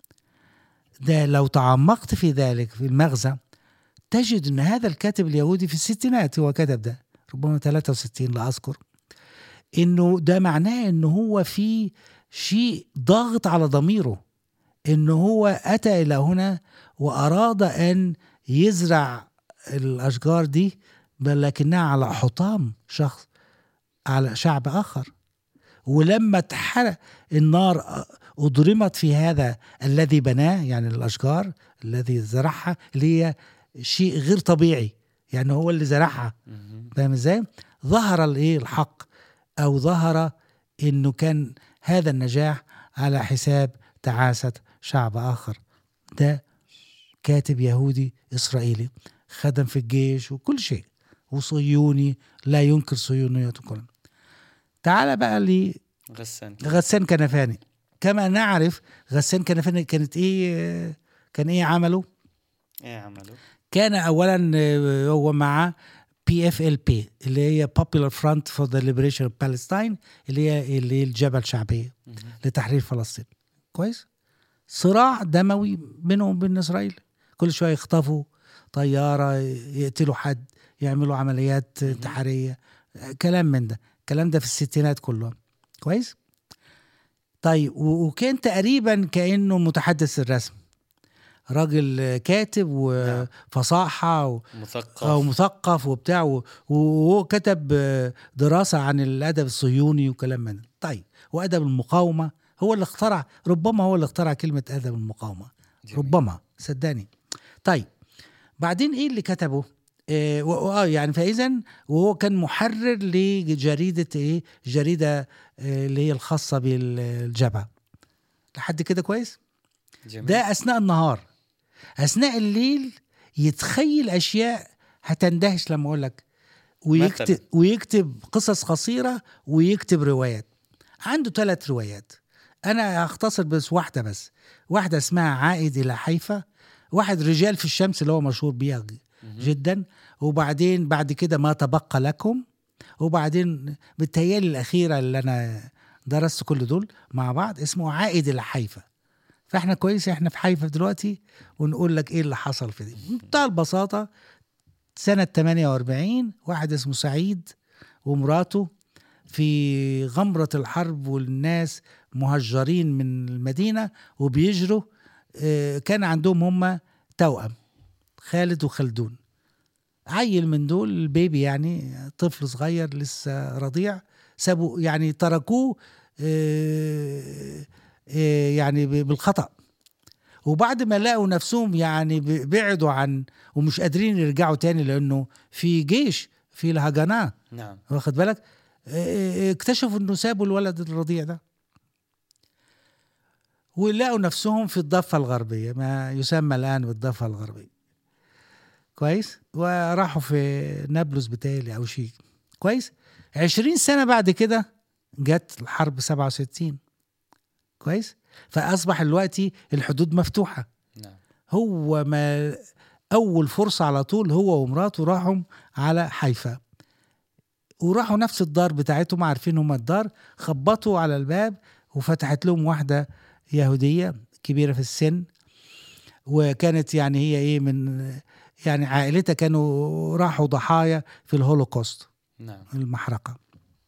ده لو تعمقت في ذلك في المغزى تجد ان هذا الكاتب اليهودي في الستينات هو كتب ده، ربما 63 لا أذكر، انه ده معناه انه هو في شيء ضاغط على ضميره، انه هو اتى الى هنا واراد ان يزرع الاشجار دي بل لكنها على حطام شخص على شعب اخر. ولما اتحرق النار أضرمت في هذا الذي بناه، يعني الأشجار الذي زرعها اللي هي شيء غير طبيعي، يعني هو اللي زرعها. فاهم ازاي؟ ظهر الحق، أو ظهر إنه كان هذا النجاح على حساب تعاسة شعب آخر. ده كاتب يهودي إسرائيلي خدم في الجيش وكل شيء، وصيوني لا ينكر صهيونيته كلها. تعال بقى لي غسان كنفاني. كما نعرف غسان كنفاني كانت كان ايه عمله؟ كان اولا هو مع PFLP اللي هي Popular Front for the Liberation of Palestine، اللي هي الجبهة الشعبية لتحرير فلسطين. كويس. صراع دموي بينهم وبين إسرائيل، كل شوية يخطفوا طيارة، يقتلوا حد، يعملوا عمليات انتحارية، كلام من ده. الكلام ده في الستينات كلهم. كويس. طيب وكان تقريبا كأنه متحدث الرسم، راجل كاتب وفصاحة ومثقف وبتاع، وهو كتب دراسة عن الأدب الصهيوني وكلام من ده. طيب وأدب المقاومة هو اللي اخترع، ربما هو اللي اخترع كلمة آدم المقاومة. جميل. ربما، صدقني. طيب بعدين ايه اللي كتبه؟ يعني فاذا وهو كان محرر لجريدة ايه، جريدة اللي هي الخاصة بالجبهة. لحد كده كويس؟ جميل. ده أثناء النهار. أثناء الليل يتخيل أشياء هتندهش لما أقول لك. ويكتب قصص قصيرة ويكتب روايات. عنده 3 روايات، أنا هختصر بس واحدة بس. واحدة اسمها عائد إلى حيفا، واحد رجال في الشمس اللي هو مشهور بيها جدا، وبعدين بعد كده ما تبقى لكم، وبعدين بالتهيالي الأخيرة اللي أنا درست كل دول مع بعض اسمه عائد إلى حيفا. فاحنا كويس احنا في حيفا دلوقتي ونقول لك ايه اللي حصل في دي بمنتهى البساطة. سنة 48 واحد اسمه سعيد ومراته في غمرة الحرب والناس مهجرين من المدينة وبيجروا. كان عندهم هم توأم، خالد وخلدون. عيل من دول البيبي يعني طفل صغير لسه رضيع، سابوا يعني تركوه يعني بالخطأ. وبعد ما لقوا نفسهم يعني بعدوا عن ومش قادرين يرجعوا تاني لأنه في جيش في الهجناء، نعم، واخد بالك، اكتشفوا انه سابوا الولد الرضيع ده ولقوا نفسهم في الضفة الغربية، ما يسمى الآن بالضفة الغربية. كويس. وراحوا في نابلس بتالي أو شيء. كويس. 20 سنة بعد كده جت الحرب 67. كويس. فأصبح دلوقتي الحدود مفتوحة. نعم. هو ما أول فرصة على طول هو ومراته راحوا على حيفا، وراحوا نفس الدار بتاعتهم، عارفين هم الدار، خبطوا على الباب وفتحت لهم واحدة يهودية كبيرة في السن، وكانت يعني هي ايه من يعني عائلتها كانوا راحوا ضحايا في الهولوكوست. نعم. المحرقة.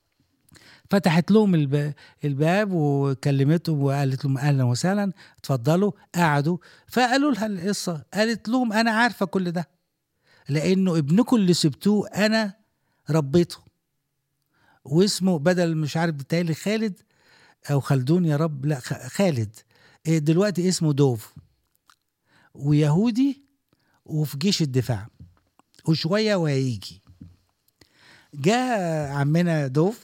فتحت لهم الباب وكلمتهم وقالت لهم أهلا وسهلا اتفضلوا. قعدوا فقالوا لها القصة. قالت لهم أنا عارفة كل ده لأنه ابنكم اللي سبتوه أنا ربيته، واسمه بدل مش عارف بتالي خالد أو خلدون يا رب، لا خالد، دلوقتي اسمه دوف، ويهودي وفي جيش الدفاع، وشوية وهيجي. جاء عمنا دوف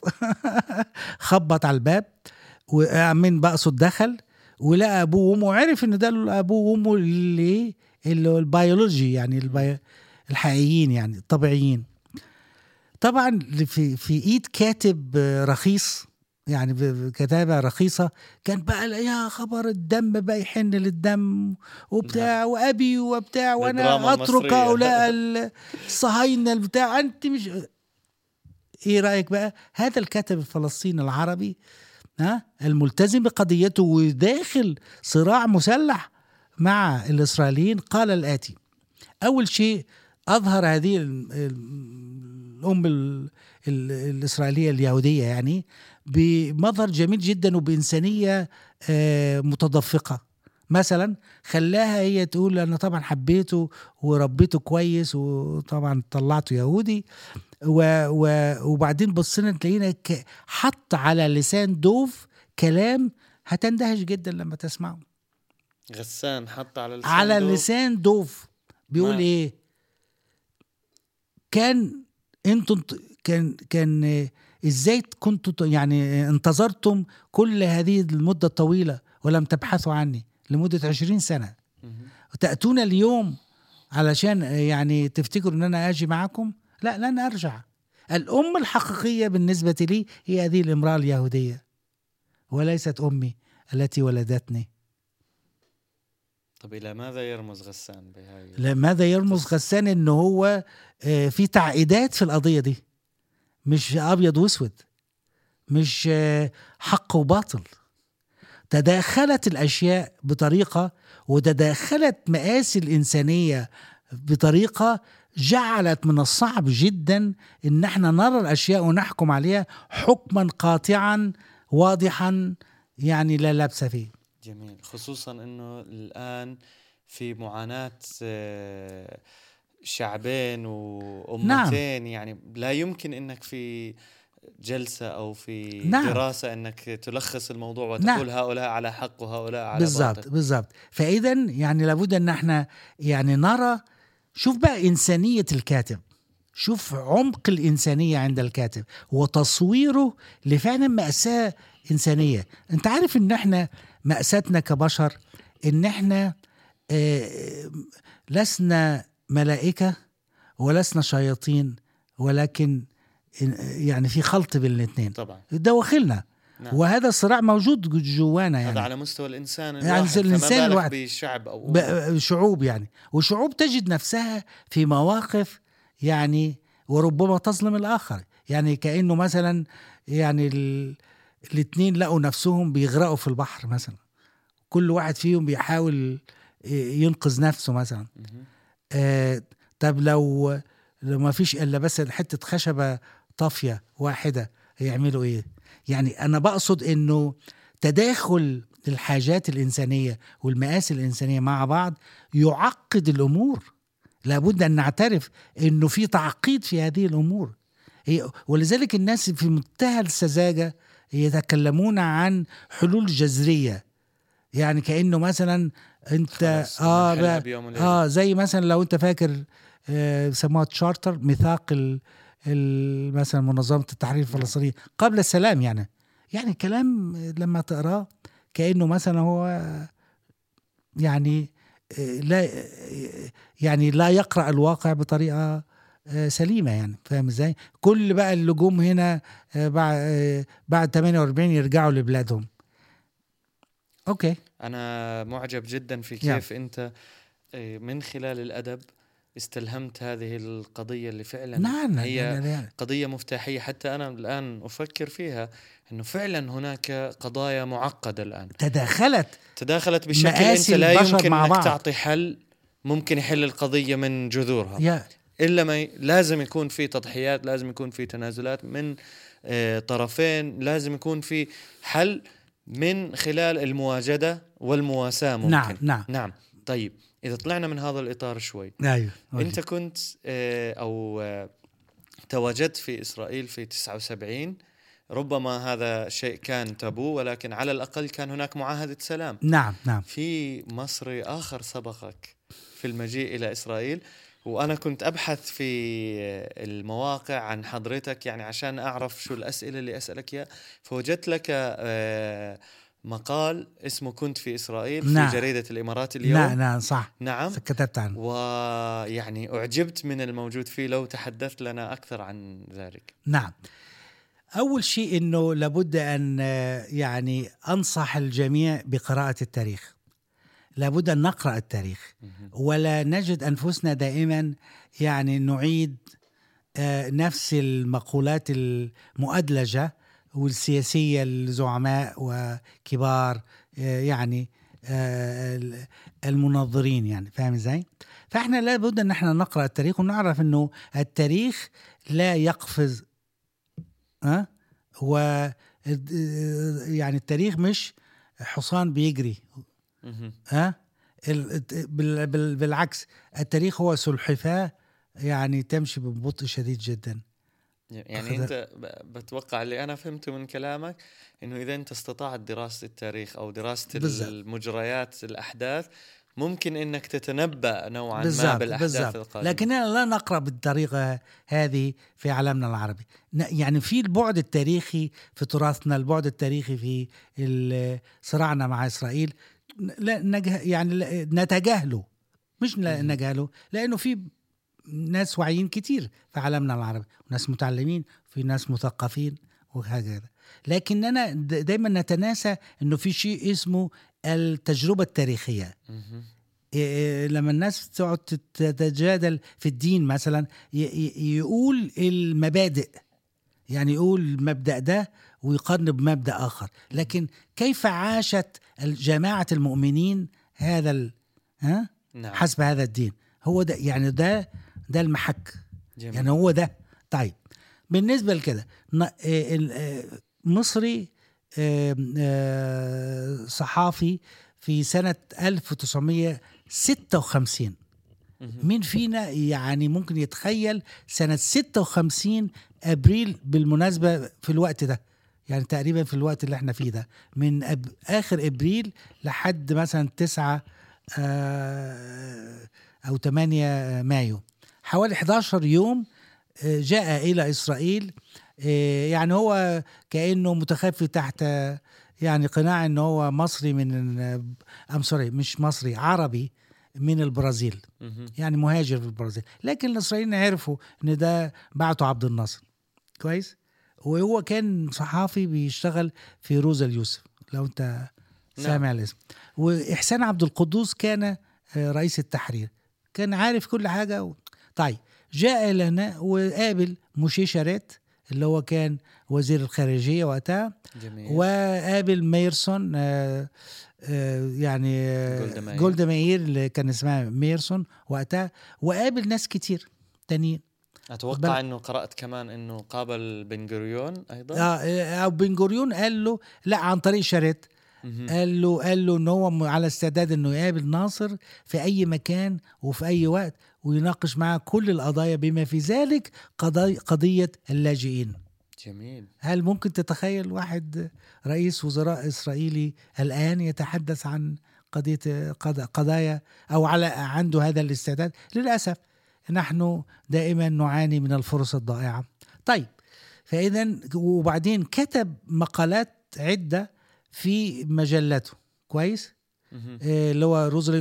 خبط على الباب، وعمين بقصد دخل ولقى ابوه وامه، عرف ان ده ابوه وامه اللي البيولوجي يعني الحقيقيين يعني الطبيعيين. طبعا في ايد كاتب رخيص يعني بكتابة رخيصة، كان بقى يا خبر الدم بقى يحن للدم وبتاع وأبي وبتاع وأنا أترك هؤلاء الصهاينة البتاع. أنت مش إيه رأيك بقى؟ هذا الكاتب الفلسطيني العربي الملتزم بقضيته وداخل صراع مسلح مع الإسرائيليين قال الآتي. أول شيء أظهر هذه الأم الإسرائيلية اليهودية يعني بمظهر جميل جدا وبإنسانية متدفقة. مثلا خلاها هي تقول أنا طبعا حبيته وربيته كويس وطبعا طلعته يهودي، وبعدين بصينا تلاقينا حط على لسان دوف كلام هتندهش جدا لما تسمعه. غسان حط على لسان دوف بيقول ايه؟ كان انتم كان ازاي كنتوا يعني انتظرتم كل هذه المدة الطويلة ولم تبحثوا عني لمدة 20 سنة وتأتون اليوم علشان يعني تفتكروا ان انا اجي معكم؟ لا، لن ارجع. الام الحقيقية بالنسبة لي هي هذه الامرأة اليهودية وليست امي التي ولدتني. طب إلى ماذا يرمز غسان بهاي؟ لماذا يرمز غسان؟ إنه هو في تعقيدات في القضية دي، مش أبيض واسود، مش حق وباطل. تداخلت الأشياء بطريقة وتداخلت مآسي الإنسانية بطريقة جعلت من الصعب جدا إن احنا نرى الأشياء ونحكم عليها حكما قاطعا واضحا يعني لا لبس فيه. جميل. خصوصا انه الان في معاناة شعبين وامتين. نعم. يعني لا يمكن انك في جلسة أو في نعم. دراسة أنك تلخص الموضوع وتقول نعم. هؤلاء على حق وهؤلاء على باطل. بالضبط. فإذا يعني لابد أن احنا يعني نرى، شوف بقى إنسانية الكاتب، شوف عمق الإنسانية عند الكاتب وتصويره لفعلا مأساة إنسانية. أنت عارف أن احنا مأساتنا كبشر أن احنا لسنا ملائكة ولسنا شياطين، ولكن يعني في خلط بين الاثنين طبعا دواخلنا. نعم. وهذا الصراع موجود جوانا، يعني هذا على مستوى الإنسان يعني الواحد، الإنسان فما بالك الواحد بشعب أو شعوب، يعني وشعوب تجد نفسها في مواقف يعني وربما تظلم الآخر. يعني كأنه مثلا يعني الاثنين لقوا نفسهم بيغرقوا في البحر مثلا، كل واحد فيهم بيحاول ينقذ نفسه مثلا. طب لو ما فيش إلا بس حتة خشبة طافية واحدة هيعملوا إيه؟ يعني أنا بقصد إنه تداخل الحاجات الإنسانية والمآسي الإنسانية مع بعض يعقد الأمور. لابد أن نعترف إنه في تعقيد في هذه الأمور، ولذلك الناس في منتهى السذاجة يتكلمون عن حلول جذرية. يعني كأنه مثلا أنت زي مثلا لو أنت فاكر سموها تشارتر، ميثاق مثلا منظمة التحرير الفلسطينية قبل السلام. يعني كلام لما تقراه كأنه مثلا هو يعني لا يقرأ الواقع بطريقة سليمة. يعني فاهم ازاي؟ كل بقى اللجوم هنا بعد 48 يرجعوا لبلادهم. اوكي، أنا معجب جدا في كيف أنت من خلال الأدب استلهمت هذه القضية اللي فعلا هي قضية مفتاحية. حتى أنا الآن أفكر فيها أنه فعلا هناك قضايا معقدة الآن تداخلت بشكل أنت لا يمكن أنك تعطي حل ممكن يحل القضية من جذورها، إلا ما لازم يكون في تضحيات، لازم يكون في تنازلات من طرفين، لازم يكون في حل من خلال المواجدة والمواساة ممكن. نعم. طيب إذا طلعنا من هذا الإطار شوي، أنت كنت أو تواجدت في إسرائيل في 79. ربما هذا شيء كان تابو، ولكن على الأقل كان هناك معاهدة سلام. نعم. في مصري آخر سبقك في المجيء إلى إسرائيل، وأنا كنت أبحث في المواقع عن حضرتك يعني عشان أعرف شو الأسئلة اللي أسألك إياها، فوجدت لك مقال اسمه كنت في إسرائيل في جريدة الإمارات اليوم. نعم صح. نعم كتبت عنه، ويعني أعجبت من الموجود فيه. لو تحدثت لنا أكثر عن ذلك. نعم. أول شيء إنه لابد أن يعني أنصح الجميع بقراءة التاريخ. لابد أن نقرأ التاريخ، ولا نجد أنفسنا دائما يعني نعيد نفس المقولات المؤدلجة والسياسية الزعماء وكبار يعني المنظرين. يعني فاهم ازاي؟ فاحنا لابد ان احنا نقرأ التاريخ ونعرف انه التاريخ لا يقفز هو يعني التاريخ مش حصان بيجري بالعكس، التاريخ هو سلحفاة يعني تمشي ببطء شديد جدا. يعني أنت بتوقع اللي أنا فهمته من كلامك إنه إذا أنت استطعت دراسة التاريخ أو دراسة المجريات الأحداث ممكن إنك تتنبأ نوعا ما بالأحداث القادمة. لكننا لا نقرأ بالطريقة هذه في عالمنا العربي. يعني في البعد التاريخي في تراثنا، البعد التاريخي في صراعنا مع إسرائيل يعني نتجاهله، مش نجهله، لأنه في ناس واعيين كتير في عالمنا العربي، وناس متعلمين، في ناس مثقفين وهكذا. لكننا دايما نتناسى انه في شيء اسمه التجربة التاريخية. لما الناس تقعد تتجادل في الدين مثلا يقول المبادئ، يعني يقول المبدأ ده ويقارن بمبدأ آخر، لكن كيف عاشت جماعة المؤمنين هذا حسب هذا الدين، هو ده يعني ده المحك. جميل. يعني هو ده. طيب بالنسبة لكده مصري صحافي في سنة 1956 مين فينا يعني ممكن يتخيل سنة 56 أبريل بالمناسبة في الوقت ده، يعني تقريبا في الوقت اللي احنا فيه ده، من آخر أبريل لحد مثلا 9 أو 8 مايو، حوالي 11 يوم جاء إلى إسرائيل. يعني هو كأنه متخفي تحت يعني قناع أنه هو مصري مش مصري، عربي من البرازيل، يعني مهاجر في البرازيل. لكن الإسرائيليين عرفوا أن ده بعته عبد الناصر، كويس. وهو كان صحافي بيشتغل في روزا اليوسف، لو أنت سامع الاسم. وإحسان عبد القدوس كان رئيس التحرير، كان عارف كل حاجة. طيب جاء إلى هنا وقابل موشي شارات اللي هو كان وزير الخارجية وقتها. جميل. وقابل ميرسون يعني جولدا مائير اللي كان اسمها ميرسون وقتها، وقابل ناس كتير تانيين. أتوقع أنه قرأت كمان أنه قابل بن غوريون أيضا. أو بن غوريون قال له لا عن طريق شارات، قال له أنه هو على استعداد أنه يقابل ناصر في أي مكان وفي أي وقت ويناقش معه كل القضايا بما في ذلك قضية اللاجئين. جميل. هل ممكن تتخيل واحد رئيس وزراء إسرائيلي الآن يتحدث عن قضايا أو عنده هذا الاستعداد؟ للأسف نحن دائما نعاني من الفرص الضائعة. طيب فإذا وبعدين كتب مقالات عدة في مجلته، كويس، اللي هو روزلي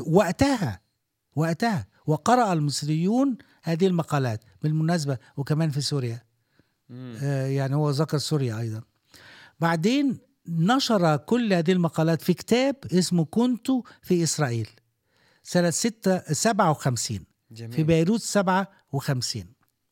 وقتها وقرأ المصريون هذه المقالات بالمناسبة، وكمان في سوريا. يعني هو ذكر سوريا أيضا. بعدين نشر كل هذه المقالات في كتاب اسمه كنت في إسرائيل سنة 57. جميل. في بيروت 57،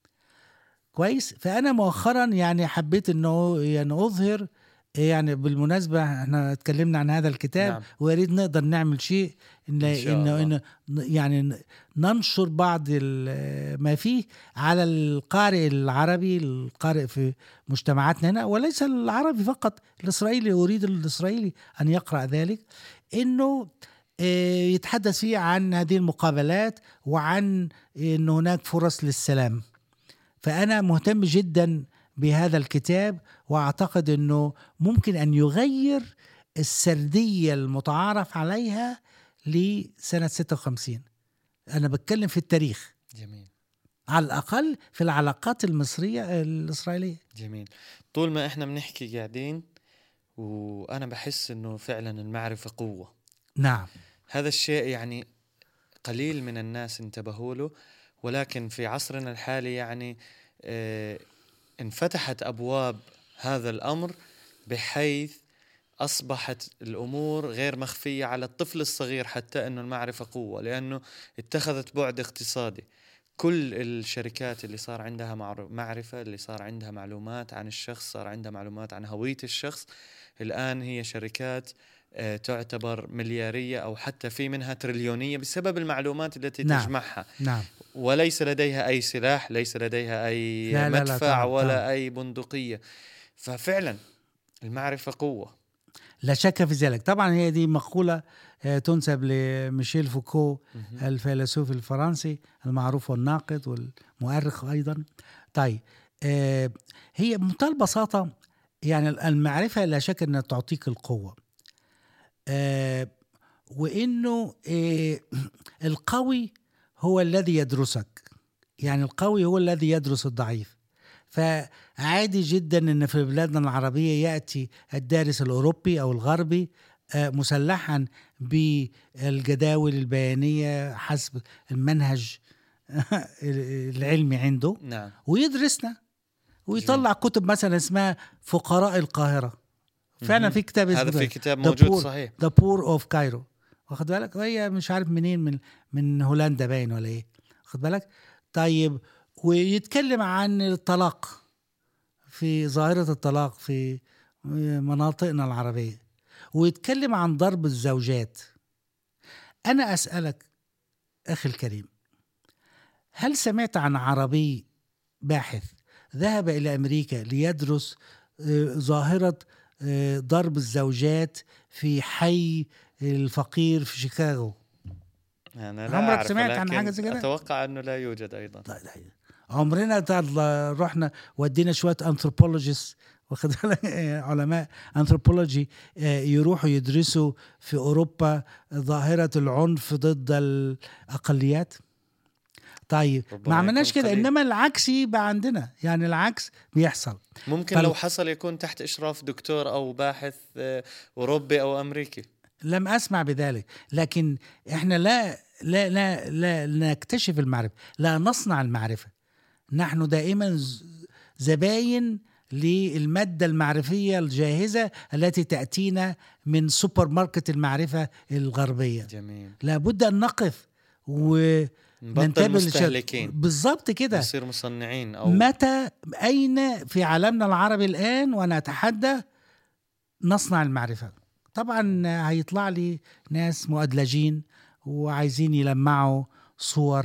كويس. فأنا مؤخرا يعني حبيت أنه يعني أظهر، يعني بالمناسبة احنا اتكلمنا عن هذا الكتاب. نعم. ويريد نقدر نعمل شيء إنه يعني ننشر بعض ما فيه على القارئ العربي، القارئ في مجتمعاتنا هنا، وليس العربي فقط، الإسرائيلي. أريد الإسرائيلي أن يقرأ ذلك، إنه يتحدث فيه عن هذه المقابلات وعن إن هناك فرص للسلام. فأنا مهتم جدا بهذا الكتاب، وأعتقد أنه ممكن أن يغير السردية المتعارف عليها لسنة 56. أنا بتكلم في التاريخ. جميل. على الأقل في العلاقات المصرية الإسرائيلية. جميل. طول ما إحنا بنحكي قاعدين وأنا بحس أنه فعلا المعرفة قوة. نعم. هذا الشيء يعني قليل من الناس انتبهوا له، ولكن في عصرنا الحالي يعني انفتحت أبواب هذا الأمر، بحيث أصبحت الأمور غير مخفية على الطفل الصغير حتى أنه المعرفة قوة، لأنه اتخذت بعد اقتصادي. كل الشركات اللي صار عندها معرفة، اللي صار عندها معلومات عن الشخص، صار عندها معلومات عن هوية الشخص، الآن هي شركات تعتبر مليارية أو حتى في منها تريليونية بسبب المعلومات التي تجمعها. نعم. وليس لديها أي سلاح، ليس لديها أي مدفع ولا أي بندقية. ففعلا المعرفة قوة، لا شك في ذلك. طبعا هي دي مقولة تنسب لميشيل فوكو الفيلسوف الفرنسي المعروف والناقد والمؤرخ أيضا. طيب هي بمنتهى البساطة يعني المعرفة لا شك أنها تعطيك القوة، وإنه القوي هو الذي يدرسك، يعني القوي هو الذي يدرس الضعيف. فعادي جدا أن في بلادنا العربية يأتي الدارس الأوروبي أو الغربي مسلحا بالجداول البيانية حسب المنهج العلمي عنده. نعم. ويدرسنا ويطلع كتب مثلا اسمها فقراء القاهرة. فعلا في كتاب هذا في كتاب موجود صحيح، The Poor of Cairo، واخد بالك؟ وهي مش عارف منين، من هولندا باين ولا ايه، واخد بالك؟ طيب ويتكلم عن الطلاق، في ظاهرة الطلاق في مناطقنا العربية، ويتكلم عن ضرب الزوجات. أنا أسألك أخي الكريم، هل سمعت عن عربي باحث ذهب إلى أمريكا ليدرس ظاهرة ضرب الزوجات في حي الفقير في شيكاغو؟ أنا لا عمرك أعرف، سمعت عن ولكن حاجة زي كده؟ أتوقع أنه لا يوجد أيضا. طيب. عمرنا رحنا ودينا شوية أنثروبولوجيست واخد بالك، علماء أنثروبولوجي يروحوا يدرسوا في أوروبا ظاهرة العنف ضد الأقليات؟ طيب ما عملناش كده، إنما العكس يبقى عندنا، يعني العكس بيحصل. ممكن لو حصل يكون تحت إشراف دكتور أو باحث أوروبي أو أمريكي. لم أسمع بذلك، لكن إحنا لا نكتشف المعرفة، لا نصنع المعرفة. نحن دائما زباين للمادة المعرفية الجاهزة التي تأتينا من سوبر ماركت المعرفة الغربية. جميل. لابد أن نقف وننتبه مستهلكين بالضبط كده، نصير مصنعين. أو متى أين في عالمنا العربي الآن وأنا أتحدى نصنع المعرفة؟ طبعا هيطلع لي ناس مؤدلجين وعايزين يلمعوا صور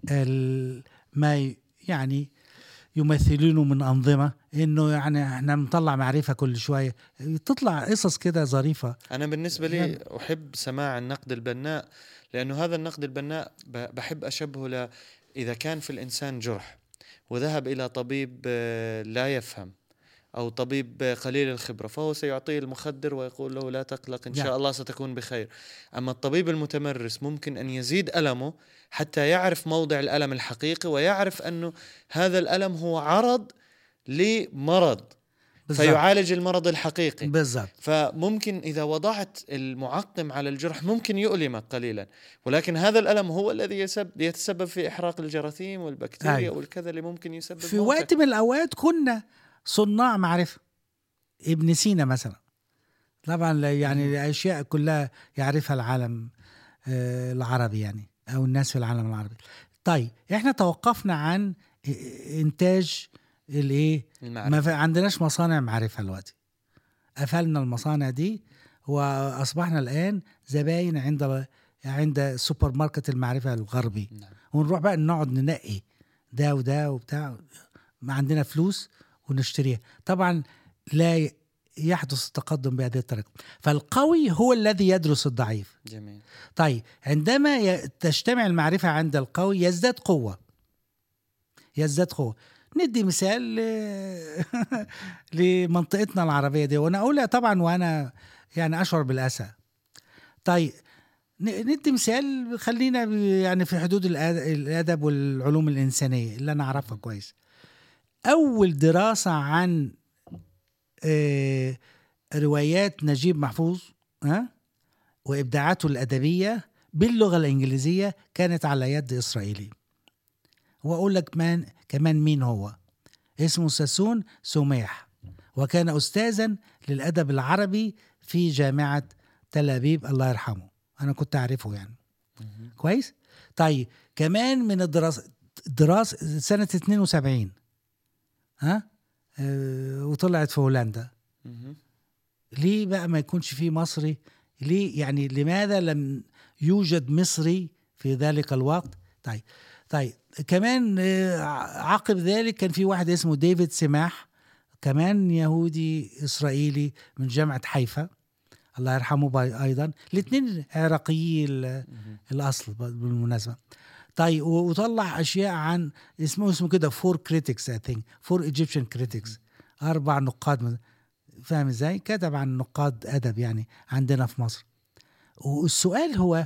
ما يعني يمثلونه من أنظمة، إنه يعني إحنا بنطلع معرفة كل شوية، تطلع قصص كده ظريفة. أنا بالنسبة لي أحب سماع النقد البناء، لأنه هذا النقد البناء بحب أشبهه إذا كان في الإنسان جرح وذهب إلى طبيب لا يفهم أو طبيب قليل الخبرة، فهو سيعطيه المخدر ويقول له لا تقلق إن شاء الله ستكون بخير. أما الطبيب المتمرس ممكن أن يزيد ألمه حتى يعرف موضع الألم الحقيقي، ويعرف أنه هذا الألم هو عرض لمرض فيعالج المرض الحقيقي بالضبط. فممكن إذا وضعت المعقم على الجرح ممكن يؤلمك قليلا، ولكن هذا الألم هو الذي يتسبب في إحراق الجراثيم والبكتيريا والكذا اللي ممكن يسبب في وقت من الأوقات كنا صناع معرفة. ابن سينا مثلا طبعا يعني الأشياء كلها يعرفها العالم العربي يعني، أو الناس في العالم العربي. طيب احنا توقفنا عن إنتاج الايه، ما عندناش مصانع معرفة دلوقتي، قفلنا المصانع دي واصبحنا الان زباين عند سوبر ماركت المعرفة الغربي. ونروح بقى نقعد ننقي ده وده وبتاع، ما عندنا فلوس ونشتريها. طبعا لا يحدث التقدم بهذه الطريقة. فالقوي هو الذي يدرس الضعيف. جميل. طيب عندما تجتمع المعرفة عند القوي يزداد قوة. ندي مثال لمنطقتنا العربية دي، وأنا أقولها طبعا وأنا يعني أشعر بالأسى. طيب ندي مثال، خلينا يعني في حدود الأدب والعلوم الإنسانية اللي أنا أعرفها كويس. أول دراسة عن روايات نجيب محفوظ وإبداعاته الأدبية باللغة الإنجليزية كانت على يد إسرائيلي. وأقول لك كمان مين هو، اسمه ساسون سميح، وكان أستاذا للأدب العربي في جامعة تل أبيب الله يرحمه. أنا كنت أعرفه يعني كويس. طيب كمان من الدراسة سنة 72 وطلعت في هولندا. ليه بقى ما يكونش فيه مصري؟ ليه يعني لماذا لم يوجد مصري في ذلك الوقت؟ طيب كمان عقب ذلك كان في واحد اسمه ديفيد سماح، كمان يهودي إسرائيلي من جامعة حيفا الله يرحمه أيضا. الاثنين عراقيي الأصل بالمناسبة. طيب وطلع أشياء عن اسمه كده فور Egyptian critics، 4 نقاد، فاهم ازاي؟ كتب عن نقاد أدب يعني عندنا في مصر. والسؤال هو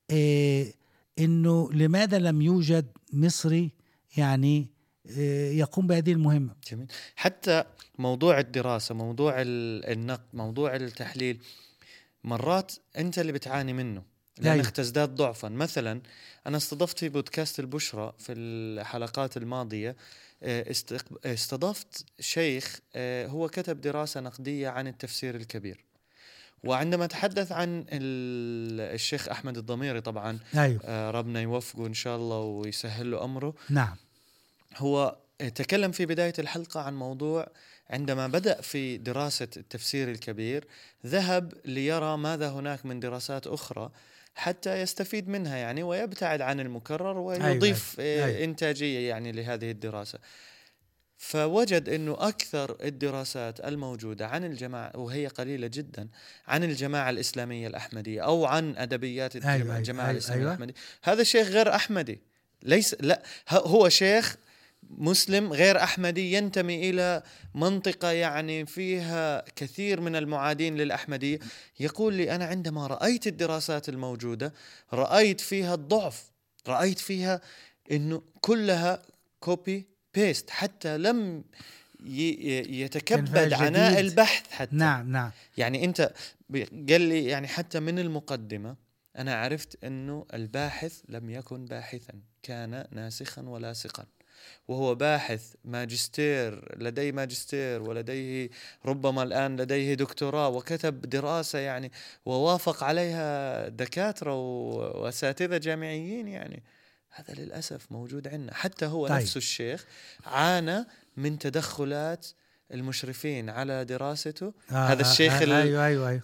إنه لماذا لم يوجد مصري يعني يقوم بهذه المهمة؟ جميل. حتى موضوع الدراسة، موضوع النقد، موضوع التحليل، مرات أنت اللي بتعاني منه لأنك تزداد ضعفا. مثلا أنا استضفت في بودكاست البشرة في الحلقات الماضية، استضفت شيخ هو كتب دراسة نقدية عن التفسير الكبير، وعندما تحدث عن الشيخ أحمد الضميري طبعا ربنا يوفقه إن شاء الله ويسهل له أمره. نعم. هو تكلم في بداية الحلقة عن موضوع عندما بدأ في دراسة التفسير الكبير ذهب ليرى ماذا هناك من دراسات أخرى حتى يستفيد منها يعني، ويبتعد عن المكرر ويضيف إنتاجية يعني لهذه الدراسة. فوجد أنه أكثر الدراسات الموجودة عن الجماعة، وهي قليلة جدا، عن الجماعة الإسلامية الأحمدية أو عن أدبيات الجماعة الإسلامية الأحمدية. هذا شيخ غير أحمدي، ليس لا هو شيخ مسلم غير أحمدي ينتمي إلى منطقة يعني فيها كثير من المعادين للأحمدية. يقول لي أنا عندما رأيت الدراسات الموجودة رأيت فيها الضعف، رأيت فيها أنه كلها كوبي بيست، حتى لم يتكبد عناء البحث حتى. نعم. يعني أنت قال لي يعني حتى من المقدمة أنا عرفت أنه الباحث لم يكن باحثا، كان ناسخا ولاصقا، وهو باحث ماجستير، لديه ماجستير ولديه ربما الآن لديه دكتوراه، وكتب دراسة يعني ووافق عليها دكاترة وأساتذة جامعيين. يعني هذا للأسف موجود عندنا. حتى هو نفسه الشيخ عانى من تدخلات المشرفين على دراسته. هذا الشيخ أيوة.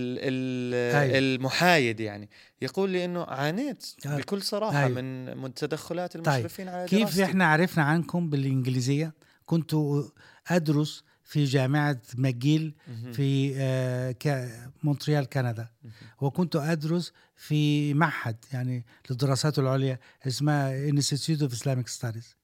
المحايد يعني يقول لي انه عانيت بكل صراحة من تدخلات المشرفين على دراستي. كيف احنا عرفنا عنكم بالإنجليزية؟ كنت أدرس في جامعة ماجيل في مونتريال كندا، وكنت أدرس في معهد يعني للدراسات العليا اسمها Institute of Islamic Studies.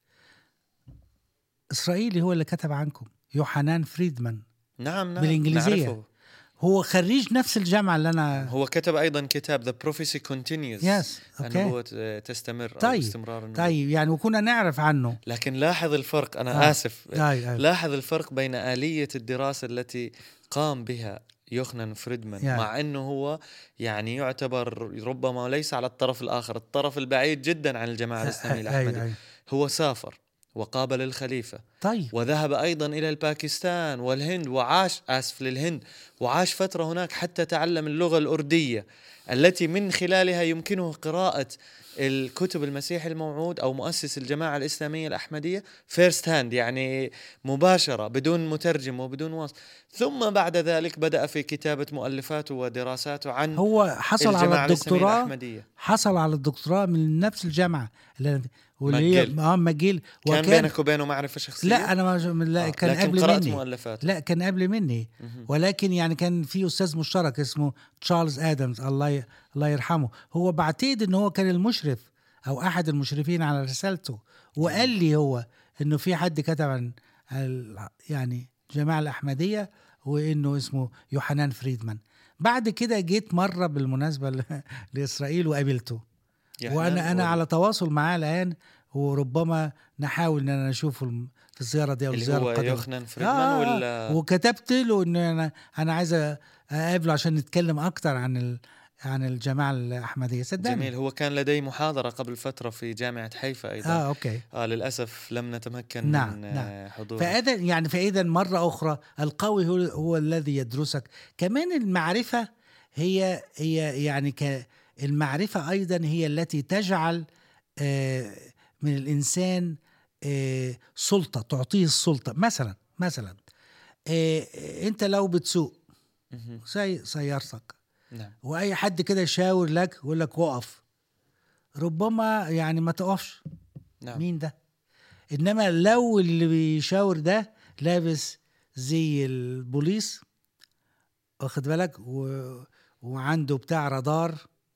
إسرائيلي هو اللي كتب عنكم، يوحنان فريدمان. نعم بالإنجليزية نعرفه. هو خريج نفس الجامعة اللي أنا. هو كتب أيضا كتاب The Prophecy Continues. النبوة تستمر أو استمرار النبوة. طيب يعني وكنا نعرف عنه. لكن لاحظ الفرق، أنا آسف. لاحظ الفرق بين آلية الدراسة التي قام بها يوحنان فريدمان، مع أنه هو يعني يعتبر ربما ليس على الطرف الآخر، الطرف البعيد جدا عن الجماعة الإسلامية الأحمدية. هو سافر وقابل الخليفة. وذهب أيضا إلى الباكستان والهند، وعاش للهند، وعاش فترة هناك حتى تعلم اللغة الأردية التي من خلالها يمكنه قراءة الكتب المسيح الموعود أو مؤسس الجماعة الإسلامية الأحمدية فيرست هاند، يعني مباشرة بدون مترجم وبدون واسط. ثم بعد ذلك بدأ في كتابة مؤلفاته ودراساته عن هو حصل على الدكتوراه، حصل على الدكتوراه من نفس الجامعة واللي هي ماجيل. كان بينك وبينه معرفة شخصية؟ لا أنا لا كان قبل مني. مؤلفات. لا كان قبل مني. ولكن يعني كان في أستاذ مشترك اسمه تشارلز آدمز، الله يرحمه. هو بعتقد إنه هو كان المشرف أو أحد المشرفين على رسالته، وقال لي هو إنه في حد كتب عن يعني جماعة الأحمدية وإنه اسمه يوحنان فريدمان. بعد كده جيت مرة بالمناسبة لإسرائيل وقابلته، وأنا على تواصل معاه الآن، وربما نحاول أن نشوفه في الزيارة دي أو الزيارة القادمة. يوحنان فريدمان ولا؟ وكتبت له إنه أنا عايز أقابله عشان نتكلم أكتر عن الجماعة الأحمدية. صدقني جميل. هو كان لدي محاضرة قبل فترة في جامعة حيفا أيضا. أوكي. للأسف لم نتمكن من حضور. فإذا مرة أخرى القوي هو الذي يدرسك. كمان المعرفة هي يعني المعرفة أيضا هي التي تجعل من الإنسان سلطة، تعطيه السلطة. مثلا أنت لو بتسوق سيارتك، وأي حد كده يشاور لك يقول لك وقف، ربما يعني ما تقفش. مين ده؟ إنما لو اللي بيشاور ده لابس زي البوليس، واخد بالك، وعنده بتاع رادار،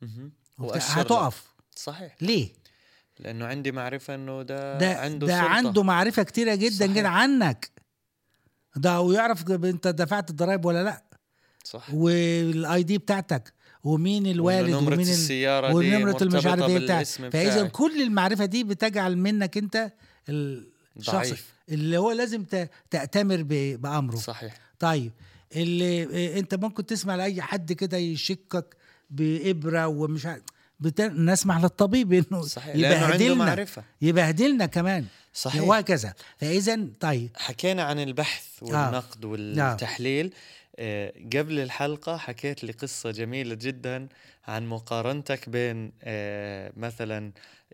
هتقف. صحيح. ليه؟ لأنه عندي معرفة أنه ده عنده سلطة. عنده معرفة كتيرة جدا جدا عنك ده، ويعرف انت دفعت الضرائب ولا لا. صح. والاي دي بتاعتك، ومين الوالد، ومين السيارة دي مرتبطة بالاسم بتاعك. فإذا كل المعرفة دي بتجعل منك انت الشخص اللي هو لازم تأتمر بأمره. صحيح. طيب اللي انت ممكن تسمع لأي حد كده يشكك بإبرة ومش نسمح للطبيب انه يبهدلنا كمان. صحيح. وهكذا. فإذا طيب حكينا عن البحث والنقد والتحليل. قبل الحلقة حكيت لي قصة جميلة جدا عن مقارنتك بين مثلا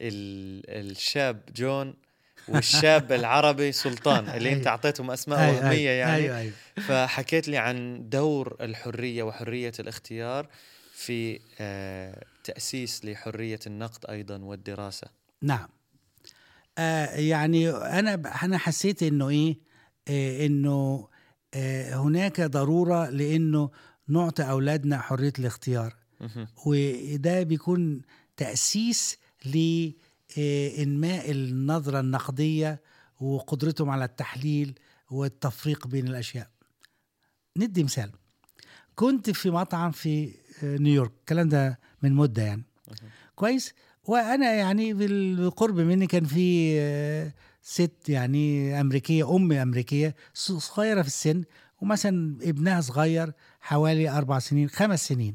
الشاب جون والشاب العربي سلطان اللي انت اعطيتهم اسماء وهمية يعني. فحكيت لي عن دور الحرية وحرية الاختيار في تأسيس لحرية النقد أيضا والدراسة. نعم. يعني أنا حسيت إنه إيه، إنه هناك ضرورة لإنه نعطي أولادنا حرية الاختيار، وده بيكون تأسيس لإنماء النظرة النقدية وقدرتهم على التحليل والتفريق بين الأشياء. ندي مثال، كنت في مطعم في نيويورك، الكلام ده من مدة يعني كويس، وأنا يعني بالقرب مني كان في ست يعني أمريكية، أم أمريكية صغيرة في السن، ومثلا ابنها صغير حوالي 4 سنين 5 سنين،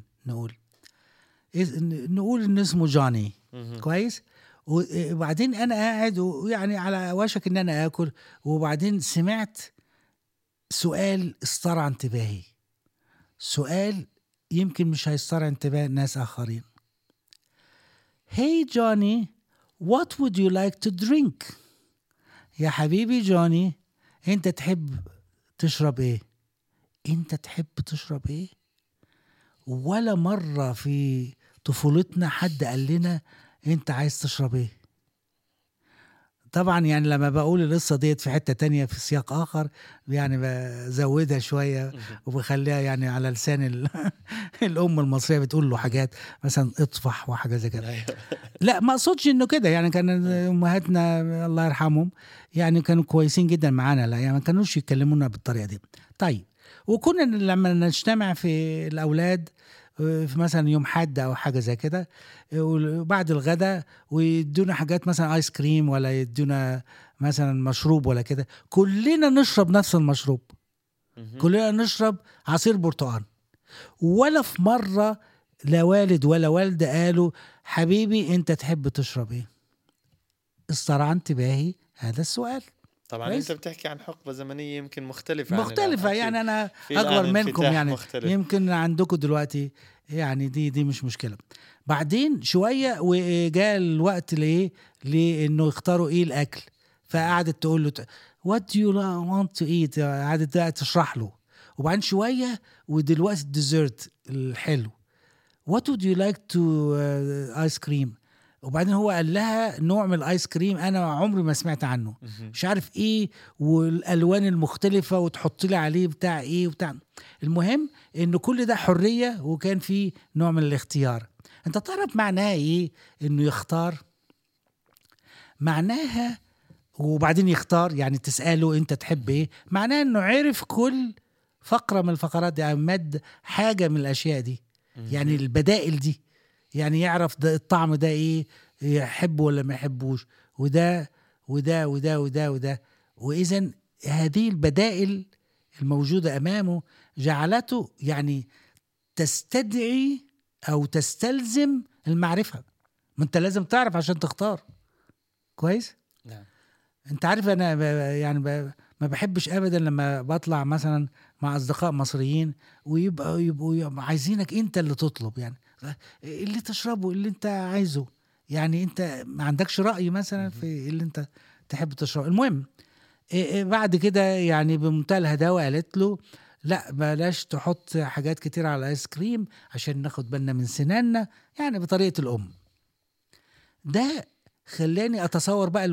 نقول إن اسمه جوني. كويس. وبعدين أنا قاعد ويعني على وشك إن أنا آكل، وبعدين سمعت سؤال استرعى انتباهي، سؤال يمكن مش هيسترعى انتباه ناس آخرين. Hey Johnny, what would you like to drink؟ يا حبيبي جوني، انت تحب تشرب ايه؟ انت تحب تشرب ايه؟ ولا مرة في طفولتنا حد قال لنا انت عايز تشرب ايه؟ طبعا يعني لما بقول القصة ديت في حتة تانية في سياق آخر يعني بزودها شوية وبخليها يعني على لسان الأم المصرية بتقول له حاجات مثلا اطفح وحاجة زي كده. لا ما أقصدش إنه كده، يعني كان أمهاتنا الله يرحمهم يعني كانوا كويسين جدا معانا، لا يعني ما كانوش يتكلمونا بالطريقة دي. طيب، وكنا لما نجتمع في الأولاد في مثلا يوم حد او حاجه زي كده وبعد الغداء ويدونا حاجات مثلا ايس كريم ولا يدونا مثلا مشروب ولا كده، كلنا نشرب نفس المشروب، كلنا نشرب عصير برتقال، ولا في مره لا والد ولا والده قالوا حبيبي انت تحب تشرب ايه. استرعى انتباهي هذا السؤال. طبعا كويس؟ انت بتحكي عن حقبه زمنيه يمكن مختلفه يعني انا اكبر منكم يعني مختلف. يمكن عندكم دلوقتي يعني دي مش مشكله. بعدين شويه وجاء الوقت لانه يختاروا ايه الاكل، فقعدت تقول له what do you want to eat، قعدت تشرح له، وبعدين شويه ودلوقتي الديزرت الحلو what would you like to ice cream، وبعدين هو قال لها نوع من الايس كريم انا عمري ما سمعت عنه، مش عارف ايه، والالوان المختلفه وتحط لي عليه بتاع ايه وبتاع. المهم انه كل ده حريه وكان في نوع من الاختيار. انت تعرف معناها ايه انه يختار؟ معناها وبعدين يختار يعني تساله انت تحب ايه، معناها انه عرف كل فقره من الفقرات دي، يعني مد حاجه من الاشياء دي، يعني البدائل دي، يعني يعرف ده الطعم ده ايه، يحبه ولا ما يحبوش، وده وده وده وده وده. واذا هذه البدائل الموجودة امامه جعلته يعني تستدعي او تستلزم المعرفة. ما انت لازم تعرف عشان تختار. كويس؟ نعم. انت عارف انا يعني ما بحبش ابدا لما بطلع مثلا مع اصدقاء مصريين ويبقوا عايزينك انت اللي تطلب، يعني اللي تشربه اللي انت عايزه، يعني انت ما عندكش رأي مثلا في اللي انت تحب تشربه. المهم بعد كده يعني بمنتهى الهداوة قالت له لا بلاش تحط حاجات كتير على الايس كريم عشان ناخد بالنا من سناننا، يعني بطريقة الام. ده خلاني اتصور بقى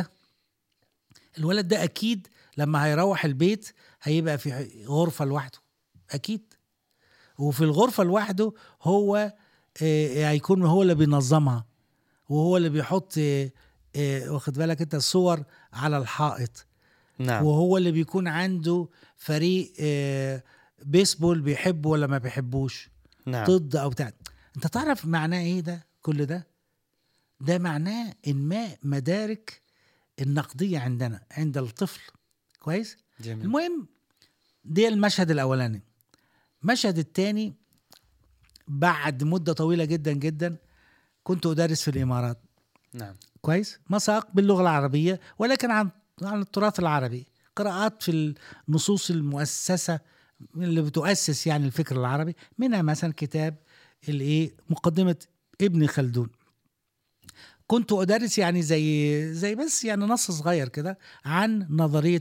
الولد ده اكيد لما هيروح البيت هيبقى في غرفة لوحده اكيد، وفي الغرفة لوحده هو هيكون هو اللي بينظمها، وهو اللي بيحط واخد بالك انت الصور على الحائط. نعم. وهو اللي بيكون عنده فريق بيسبول بيحبه ولا ما بيحبوش. نعم. ضد او بتاع. انت تعرف معناه ايه ده كل ده معناه انماء مدارك النقدية عند الطفل. كويس؟ جميل. المهم ده المشهد الاولاني. المشهد الثاني بعد مدة طويلة جدا جدا كنت أدرس في الإمارات. نعم. كويس؟ مساق باللغة العربية ولكن عن التراث العربي، قراءات في النصوص المؤسسة اللي بتؤسس يعني الفكر العربي، منها مثلا كتاب مقدمة ابن خلدون. كنت أدرس يعني زي بس يعني نص صغير كده عن نظرية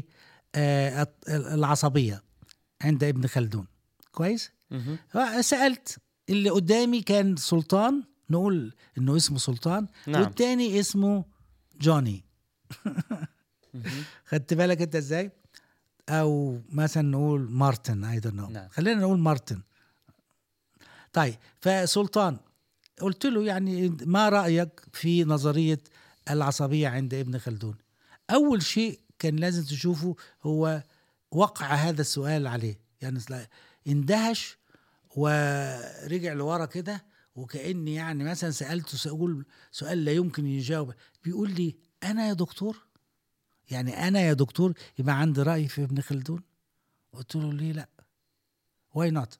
العصبية عند ابن خلدون. كويس؟ سألت اللي قدامي كان سلطان، نقول انه اسمه سلطان. نعم. والتاني اسمه جوني. خدت بالك انت ازاي؟ او مثلا نقول مارتن، I don't know. نعم. خلينا نقول مارتن. طيب فسلطان قلت له يعني ما رأيك في نظرية العصبية عند ابن خلدون؟ أول شيء كان لازم تشوفه هو وقع هذا السؤال عليه، يعني اندهش ورجع لورا كده، وكأني يعني مثلا سألته سؤال لا يمكن يجاوب. بيقول لي أنا يا دكتور، يعني أنا يا دكتور يبقى عندي رأي في ابن خلدون؟ قلت له ليه لا؟ واي نوت؟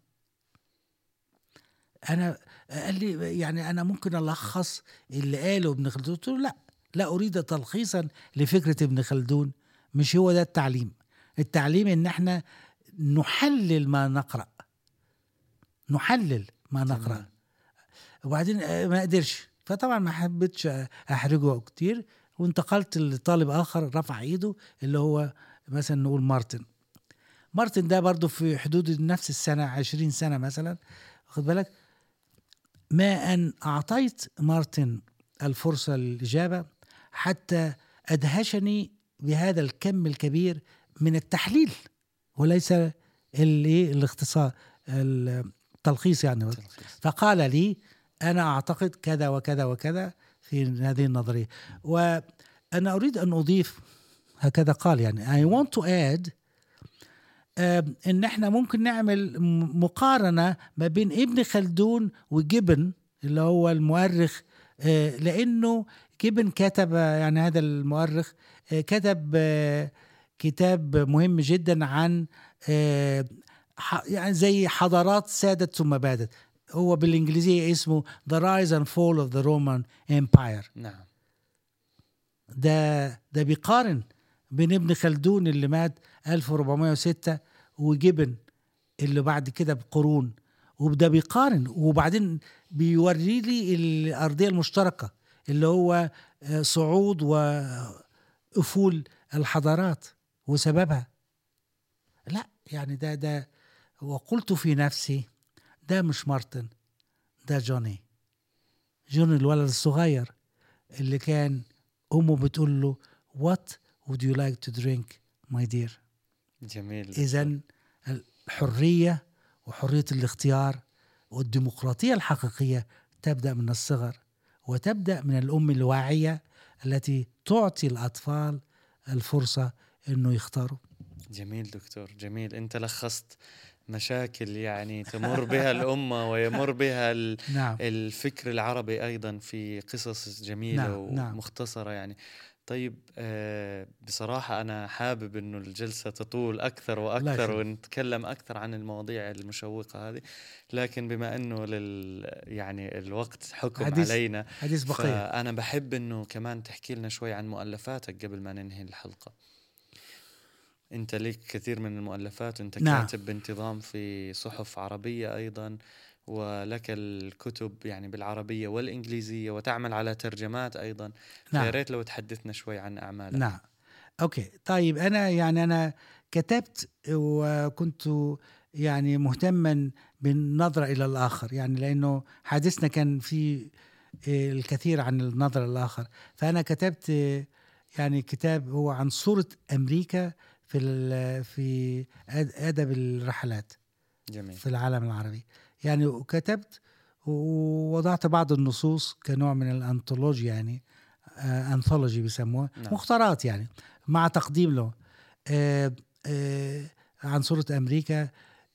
أنا قال لي يعني أنا ممكن ألخص اللي قاله ابن خلدون. قلت له لا أريد تلخيصا لفكرة ابن خلدون، مش هو ده التعليم. التعليم إن احنا نحلل ما نقرأ، نحلل ما نقرأ. وبعدين ما قدرش، فطبعا ما حبيتش أحرجه كتير، وانتقلت لطالب آخر رفع إيده اللي هو مثلا نقول مارتن ده برضو في حدود نفس السنة 20 سنة مثلا، خد بالك. ما أن أعطيت مارتن الفرصة للإجابة حتى أدهشني بهذا الكم الكبير من التحليل وليس الاختصار التلخيص يعني. فقال لي أنا أعتقد كذا وكذا وكذا في هذه النظرية. وأنا أريد أن أضيف هكذا قال، يعني I want to add إن إحنا ممكن نعمل مقارنة ما بين ابن خلدون وجيبن اللي هو المؤرخ، لأنه جيبن كتب، يعني هذا المؤرخ كتب كتاب مهم جدا عن يعني زي حضارات سادت ثم بادت. هو بالإنجليزية اسمه The Rise and Fall of the Roman Empire. نعم. ده بيقارن بين ابن خلدون اللي مات 1406 وجيبن اللي بعد كده بقرون، وده بيقارن، وبعدين بيوري لي الأرضية المشتركة اللي هو صعود وأفول الحضارات وسببها. لا يعني ده وقلت في نفسي ده مش مارتن، ده جوني الولد الصغير اللي كان أمه بتقول له What would you like to drink my dear؟ جميل. إذن الحرية وحرية الاختيار والديمقراطية الحقيقية تبدأ من الصغر، وتبدأ من الأم الواعية التي تعطي الأطفال الفرصة إنه يختاروا. جميل دكتور، جميل. أنت لخصت مشاكل يعني تمر بها الأمة ويمر بها نعم. الفكر العربي أيضا في قصص جميلة ومختصرة يعني. طيب بصراحة أنا حابب إنه الجلسة تطول أكثر وأكثر ونتكلم أكثر عن المواضيع المشوقة هذه، لكن بما إنه يعني الوقت حكم علينا، فأنا بحب إنه كمان تحكي لنا شوي عن مؤلفاتك قبل ما ننهي الحلقة. أنت ليك كثير من المؤلفات، أنت كاتب بانتظام في صحف عربية أيضا، ولك الكتب يعني بالعربية والإنجليزية، وتعمل على ترجمات أيضا. يا ريت لو تحدثنا شوي عن أعمالك. نعم. أوكي. طيب أنا كتبت وكنت يعني مهتما بالنظرة إلى الآخر، يعني لأنه حديثنا كان في الكثير عن النظرة الآخر. فأنا كتبت يعني كتاب هو عن صورة أمريكا في أدب الرحلات. جميل. في العالم العربي يعني. وكتبت ووضعت بعض النصوص كنوع من الأنثولوجيا، يعني أنثولوجي بيسموها. نعم. مختارات يعني مع تقديم له عن صورة أمريكا،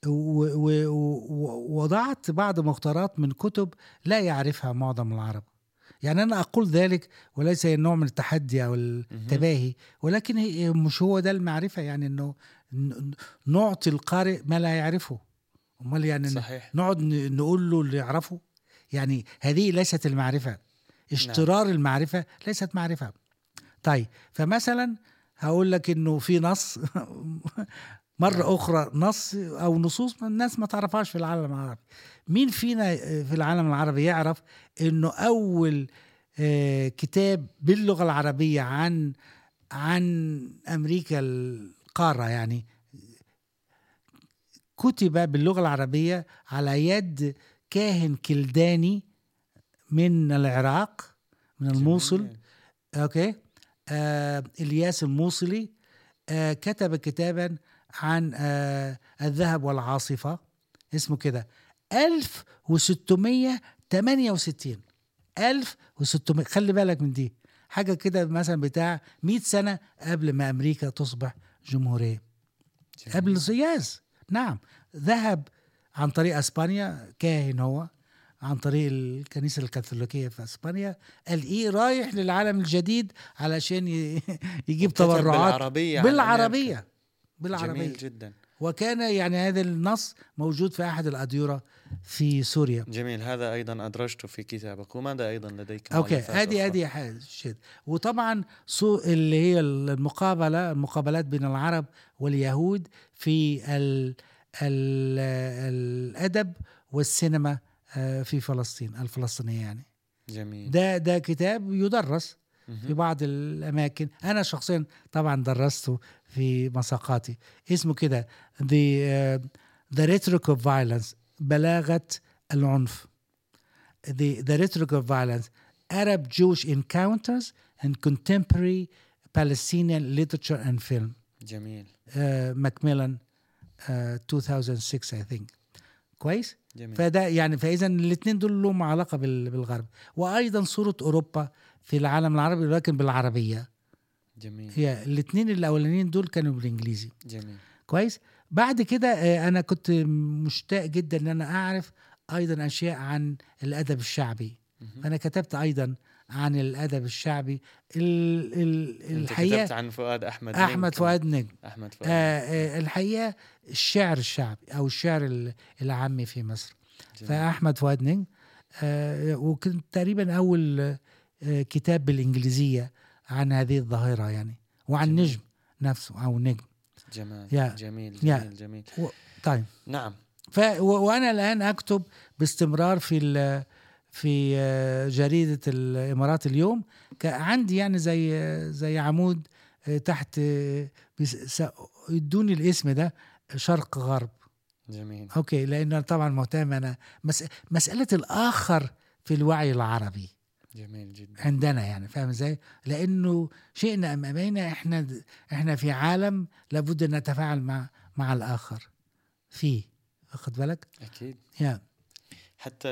ووضعت بعض مختارات من كتب لا يعرفها معظم العرب. يعني أنا أقول ذلك وليس نوع من التحدي أو التباهي، ولكن مش هو ده المعرفة، يعني أنه نعطي القارئ ما لا يعرفه. أمال يعني صحيح. نقعد نقول له اللي يعرفه؟ يعني هذه ليست المعرفة. اشترار نعم. المعرفة ليست معرفة. طيب فمثلا هقول لك إنه في نص مرة نعم. أخرى نص أو نصوص الناس ما تعرفهاش في العالم العربي. مين فينا في العالم العربي يعرف إنه أول كتاب باللغة العربية عن أمريكا القارة يعني كتب باللغة العربية على يد كاهن كلداني من العراق، من الموصل. أوكي. إلياس الموصلي كتب كتابا عن الذهب والعاصفة، اسمه كده 1668. 1600، خلي بالك من دي، حاجة كده مثلا بتاع 100 سنة قبل ما أمريكا تصبح جمهورية. قبل الصياز، نعم. ذهب عن طريق أسبانيا، كاهن هو، عن طريق الكنيسة الكاثوليكية في أسبانيا، قال إيه رايح للعالم الجديد علشان يجيب تبرعات بالعربية. جميل جدا. وكان يعني هذا النص موجود في أحد الأديرة في سوريا. جميل، هذا أيضا أدرجته في كتابك. وماذا أيضا لديك؟ أوكي، هذه شيء. وطبعا اللي هي المقابلات بين العرب واليهود في الأدب والسينما في فلسطين الفلسطينية يعني. جميل. ده كتاب يدرس في بعض الأماكن. أنا شخصيا طبعا درسته في مساقاتي. اسمه كده The Rhetoric of Violence، بلاغة العنف. The Rhetoric of Violence, Arab-Jewish Encounters and Contemporary Palestinian Literature and Film. جميل. ماكميلان 2006 I think. كويس؟ جميل. فده يعني فإذا الاثنين دول لهم علاقة بالغرب. وأيضا صورة أوروبا في العالم العربي لكن بالعربية. جميل. هي الاثنين الأولانيين دول كانوا بالإنجليزي. جميل. كويس. بعد كده أنا كنت مشتاق جدا أن أنا أعرف أيضا أشياء عن الأدب الشعبي. أنا كتبت أيضا عن الأدب الشعبي. الحقيقة كتبت عن أحمد فؤاد نجم. الحقيقة الشعر الشعبي أو الشعر العامي في مصر. جميل. فأحمد فؤاد نجم وكنت تقريبا أول كتاب بالإنجليزية عن هذه الظاهرة يعني، وعن جميل. نجم نفسه أو نجم. جميل. طيب. نعم. وأنا الآن أكتب باستمرار في جريدة الإمارات اليوم. عندي يعني زي عمود تحت يدوني الاسم ده شرق غرب. جميل. أوكي، لأنه طبعا مهتم أنا مسألة الآخر في الوعي العربي. جميل جدا. عندنا يعني، فاهم ازاي؟ لأنه شئنا أم أبينا إحنا في عالم لابد أن نتفاعل مع الآخر فيه، أخذ بالك؟ أكيد. حتى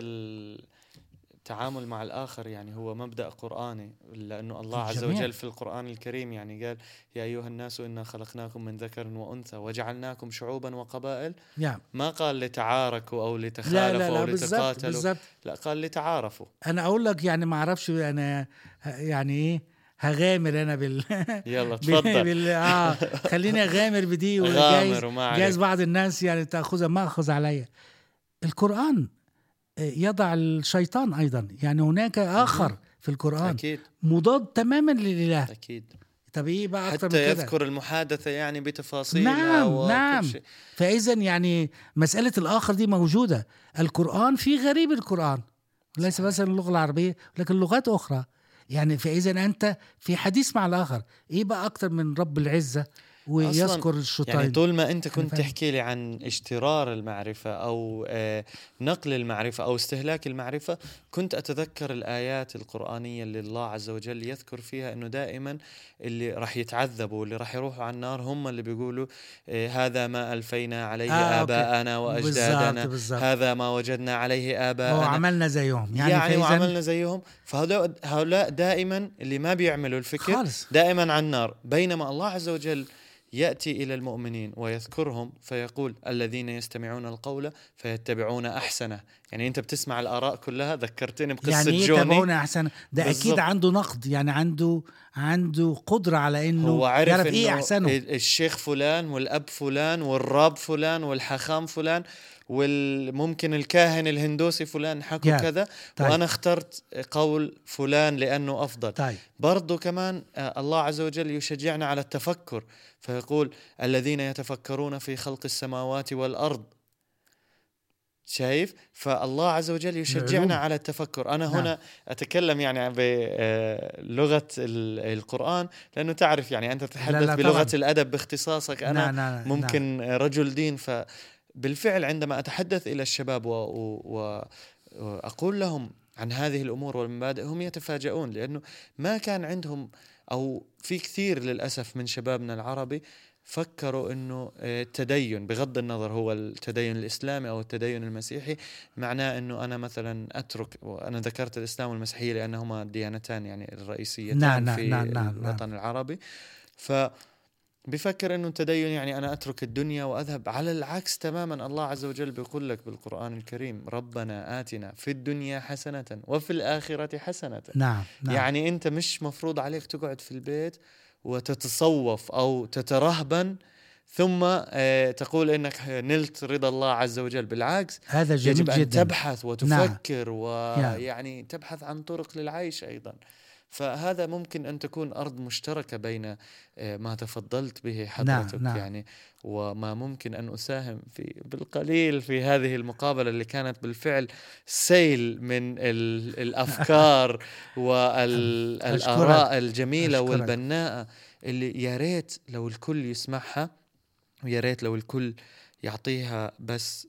التعامل مع الآخر يعني هو مبدأ قرآني، لأنه الله عز وجل في القرآن الكريم يعني قال يا أيها الناس إنا خلقناكم من ذكر وأنثى وجعلناكم شعوبا وقبائل. ما قال لتعاركوا أو لتخالفوا أو لتقاتلوا. بالزبط. لا، قال لتعارفوا. أنا أقول لك يعني ما أعرفش أنا يعني إيه هغامر أنا يلا تفضل. خليني أغامر بدي جايز بعض الناس يعني تأخذها ما أخذ عليا. القرآن يضع الشيطان أيضا، يعني هناك آخر في القرآن. أكيد. مضاد تماما للإله. أكيد. طب إيه بقى أكتر حتى من كده؟ يذكر المحادثة يعني بتفاصيلها. نعم. فإذا يعني مسألة الآخر دي موجودة. القرآن في غريب القرآن ليس بس اللغة العربية لكن لغات أخرى يعني. فإذا أنت في حديث مع الآخر، إيه بقى أكتر من رب العزة ويذكر الشيطان؟ يعني طول ما أنت كنت تحكي لي عن اشترار المعرفة أو نقل المعرفة أو استهلاك المعرفة، كنت أتذكر الآيات القرآنية اللي الله عز وجل يذكر فيها أنه دائما اللي راح يتعذبوا واللي راح يروحوا على النار هم اللي بيقولوا هذا ما ألفينا عليه آباءنا وأجدادنا. بالزبط. هذا ما وجدنا عليه آباءنا وعملنا زيهم يعني وعملنا زيهم. فهؤلاء دائما اللي ما بيعملوا الفكر خالص. دائما على النار. بينما الله عز وجل يأتي إلى المؤمنين ويذكرهم فيقول الذين يستمعون القول فيتبعون أحسنه. يعني أنت بتسمع الآراء كلها. ذكرتني بقصة يعني جوني. يتبعون أحسنه ده بالزبط. أكيد عنده نقد يعني، عنده قدرة على إنه هو عارف إيه أحسنه. الشيخ فلان والأب فلان والراب فلان والحخام فلان والممكن الكاهن الهندوسي فلان حكوا كذا. طيب. وأنا اخترت قول فلان لأنه أفضل. طيب. برضو كمان الله عز وجل يشجعنا على التفكر فيقول الذين يتفكرون في خلق السماوات والأرض. شايف؟ فالله عز وجل يشجعنا على التفكر. أنا هنا أتكلم يعني بلغة القرآن لأنه تعرف يعني أنت تتحدث بلغة طبعا. الأدب باختصاصك. أنا ممكن رجل دين. فبالفعل عندما أتحدث إلى الشباب وأقول لهم عن هذه الأمور والمبادئ هم يتفاجؤون، لأنه ما كان عندهم أو في كثير للأسف من شبابنا العربي فكروا أنه التدين بغض النظر هو التدين الإسلامي أو التدين المسيحي معناه أنه أنا مثلا أترك، وأنا ذكرت الإسلام والمسيحية لأنهما الديانتان يعني الرئيسيتان في الوطن العربي، بفكر أنه التدين يعني أنا أترك الدنيا وأذهب. على العكس تماما، الله عز وجل بيقول لك بالقرآن الكريم ربنا آتنا في الدنيا حسنة وفي الآخرة حسنة. نعم. يعني أنت مش مفروض عليك تقعد في البيت وتتصوف أو تترهبن ثم تقول إنك نلت رضا الله عز وجل. بالعكس، هذا جميل يجب أن جدا. تبحث وتفكر ويعني تبحث عن طرق للعيش أيضا. فهذا ممكن أن تكون أرض مشتركة بين ما تفضلت به حضرتك. يعني وما ممكن أن أساهم بالقليل في هذه المقابلة اللي كانت بالفعل سيل من الأفكار والآراء الجميلة والبناءة اللي يا ريت لو الكل يسمعها، ويا ريت لو الكل يعطيها بس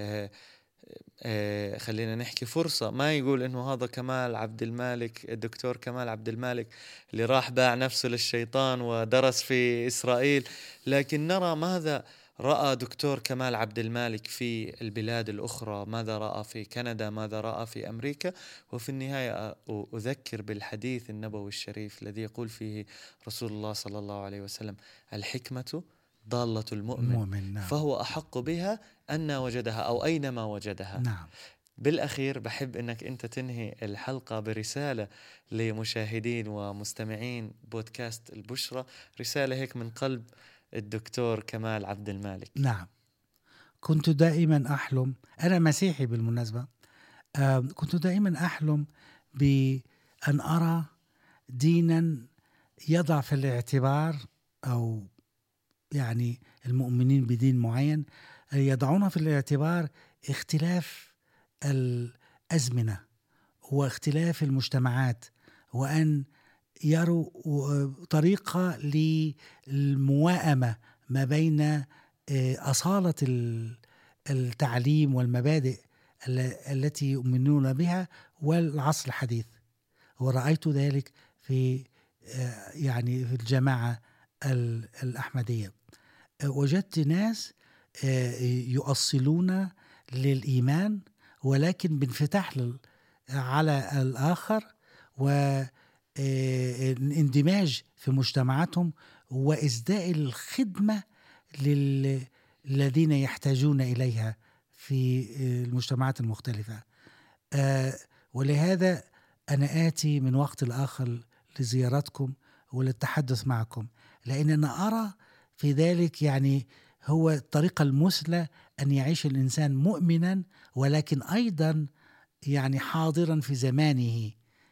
خلينا نحكي فرصة. ما يقول إنه هذا كمال عبد المالك، الدكتور كمال عبد المالك اللي راح باع نفسه للشيطان ودرس في إسرائيل، لكن نرى ماذا رأى دكتور كمال عبد المالك في البلاد الأخرى، ماذا رأى في كندا، ماذا رأى في أمريكا. وفي النهاية أذكر بالحديث النبوي الشريف الذي يقول فيه رسول الله صلى الله عليه وسلم الحكمة ضالة المؤمن فهو أحق بها أن وجدها أو أينما وجدها. نعم. بالأخير بحب أنك أنت تنهي الحلقة برسالة لمشاهدين ومستمعين بودكاست البشرة، رسالة هيك من قلب الدكتور كمال عبد المالك. نعم. كنت دائما أحلم، أنا مسيحي بالمناسبة، كنت دائما أحلم بأن أرى دينا يضع في الاعتبار، أو يعني المؤمنين بدين معين يضعون في الاعتبار اختلاف الأزمنة واختلاف المجتمعات، وأن يروا طريقة للموائمة ما بين أصالة التعليم والمبادئ التي يؤمنون بها والعصر الحديث. ورأيت ذلك في يعني في الجماعة الأحمدية، وجدت ناس يؤصلون للإيمان ولكن بانفتاح على الآخر واندماج في مجتمعاتهم وإسداء الخدمة للذين يحتاجون إليها في المجتمعات المختلفة. ولهذا أنا آتي من وقت الآخر لزيارتكم وللتحدث معكم، لأن أنا أرى في ذلك يعني هو الطريقة المثلى أن يعيش الإنسان مؤمنا ولكن أيضا يعني حاضرا في زمانه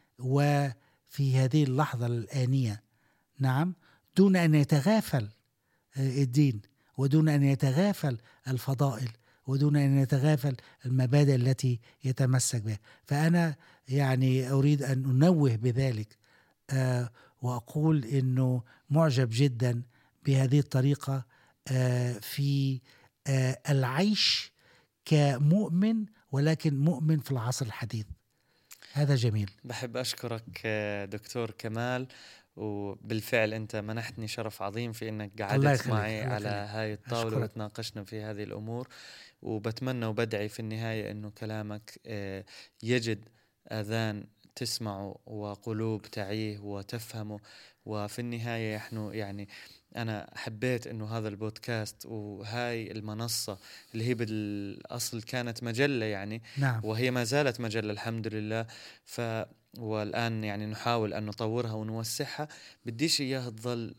وفي هذه اللحظة الآنية. نعم، دون أن يتغافل الدين، ودون أن يتغافل الفضائل، ودون أن يتغافل المبادئ التي يتمسك بها. فأنا يعني أريد أن أنوه بذلك وأقول إنه معجب جدا بهذه الطريقة في العيش كمؤمن، ولكن مؤمن في العصر الحديث. هذا جميل. بحب أشكرك دكتور كمال، وبالفعل أنت منحتني شرف عظيم في أنك قعدت معي على هاي الطاولة وتناقشنا في هذه الأمور. وبتمنى وبدعي في النهاية أنه كلامك يجد آذان تسمعه وقلوب تعيه وتفهمه. وفي النهاية نحن يعني أنا حبيت أنه هذا البودكاست وهاي المنصة اللي هي بالأصل كانت مجلة يعني، نعم. وهي ما زالت مجلة الحمد لله، والآن يعني نحاول أن نطورها ونوسعها. بديش إياها تظل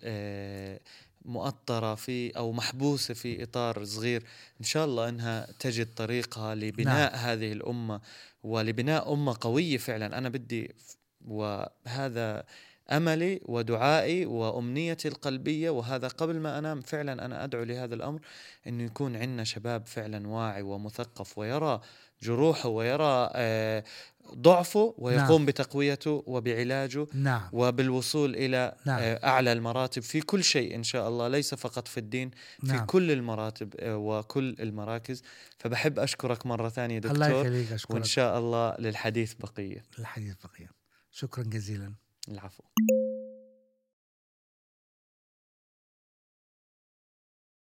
مؤطرة في أو محبوسة في إطار صغير. إن شاء الله أنها تجد طريقها لبناء هذه الأمة ولبناء أمة قوية فعلا. أنا بدي، وهذا أملي ودعائي وأمنيتي القلبية، وهذا قبل ما أنام فعلا أنا أدعو لهذا الأمر، أنه يكون عندنا شباب فعلا واعي ومثقف ويرى جروحه ويرى ضعفه ويقوم بتقويته وبعلاجه وبالوصول إلى أعلى المراتب في كل شيء إن شاء الله، ليس فقط في الدين، في كل المراتب وكل المراكز. فبحب أشكرك مرة ثانية دكتور، وإن شاء الله للحديث بقية. شكرا جزيلا. العفو.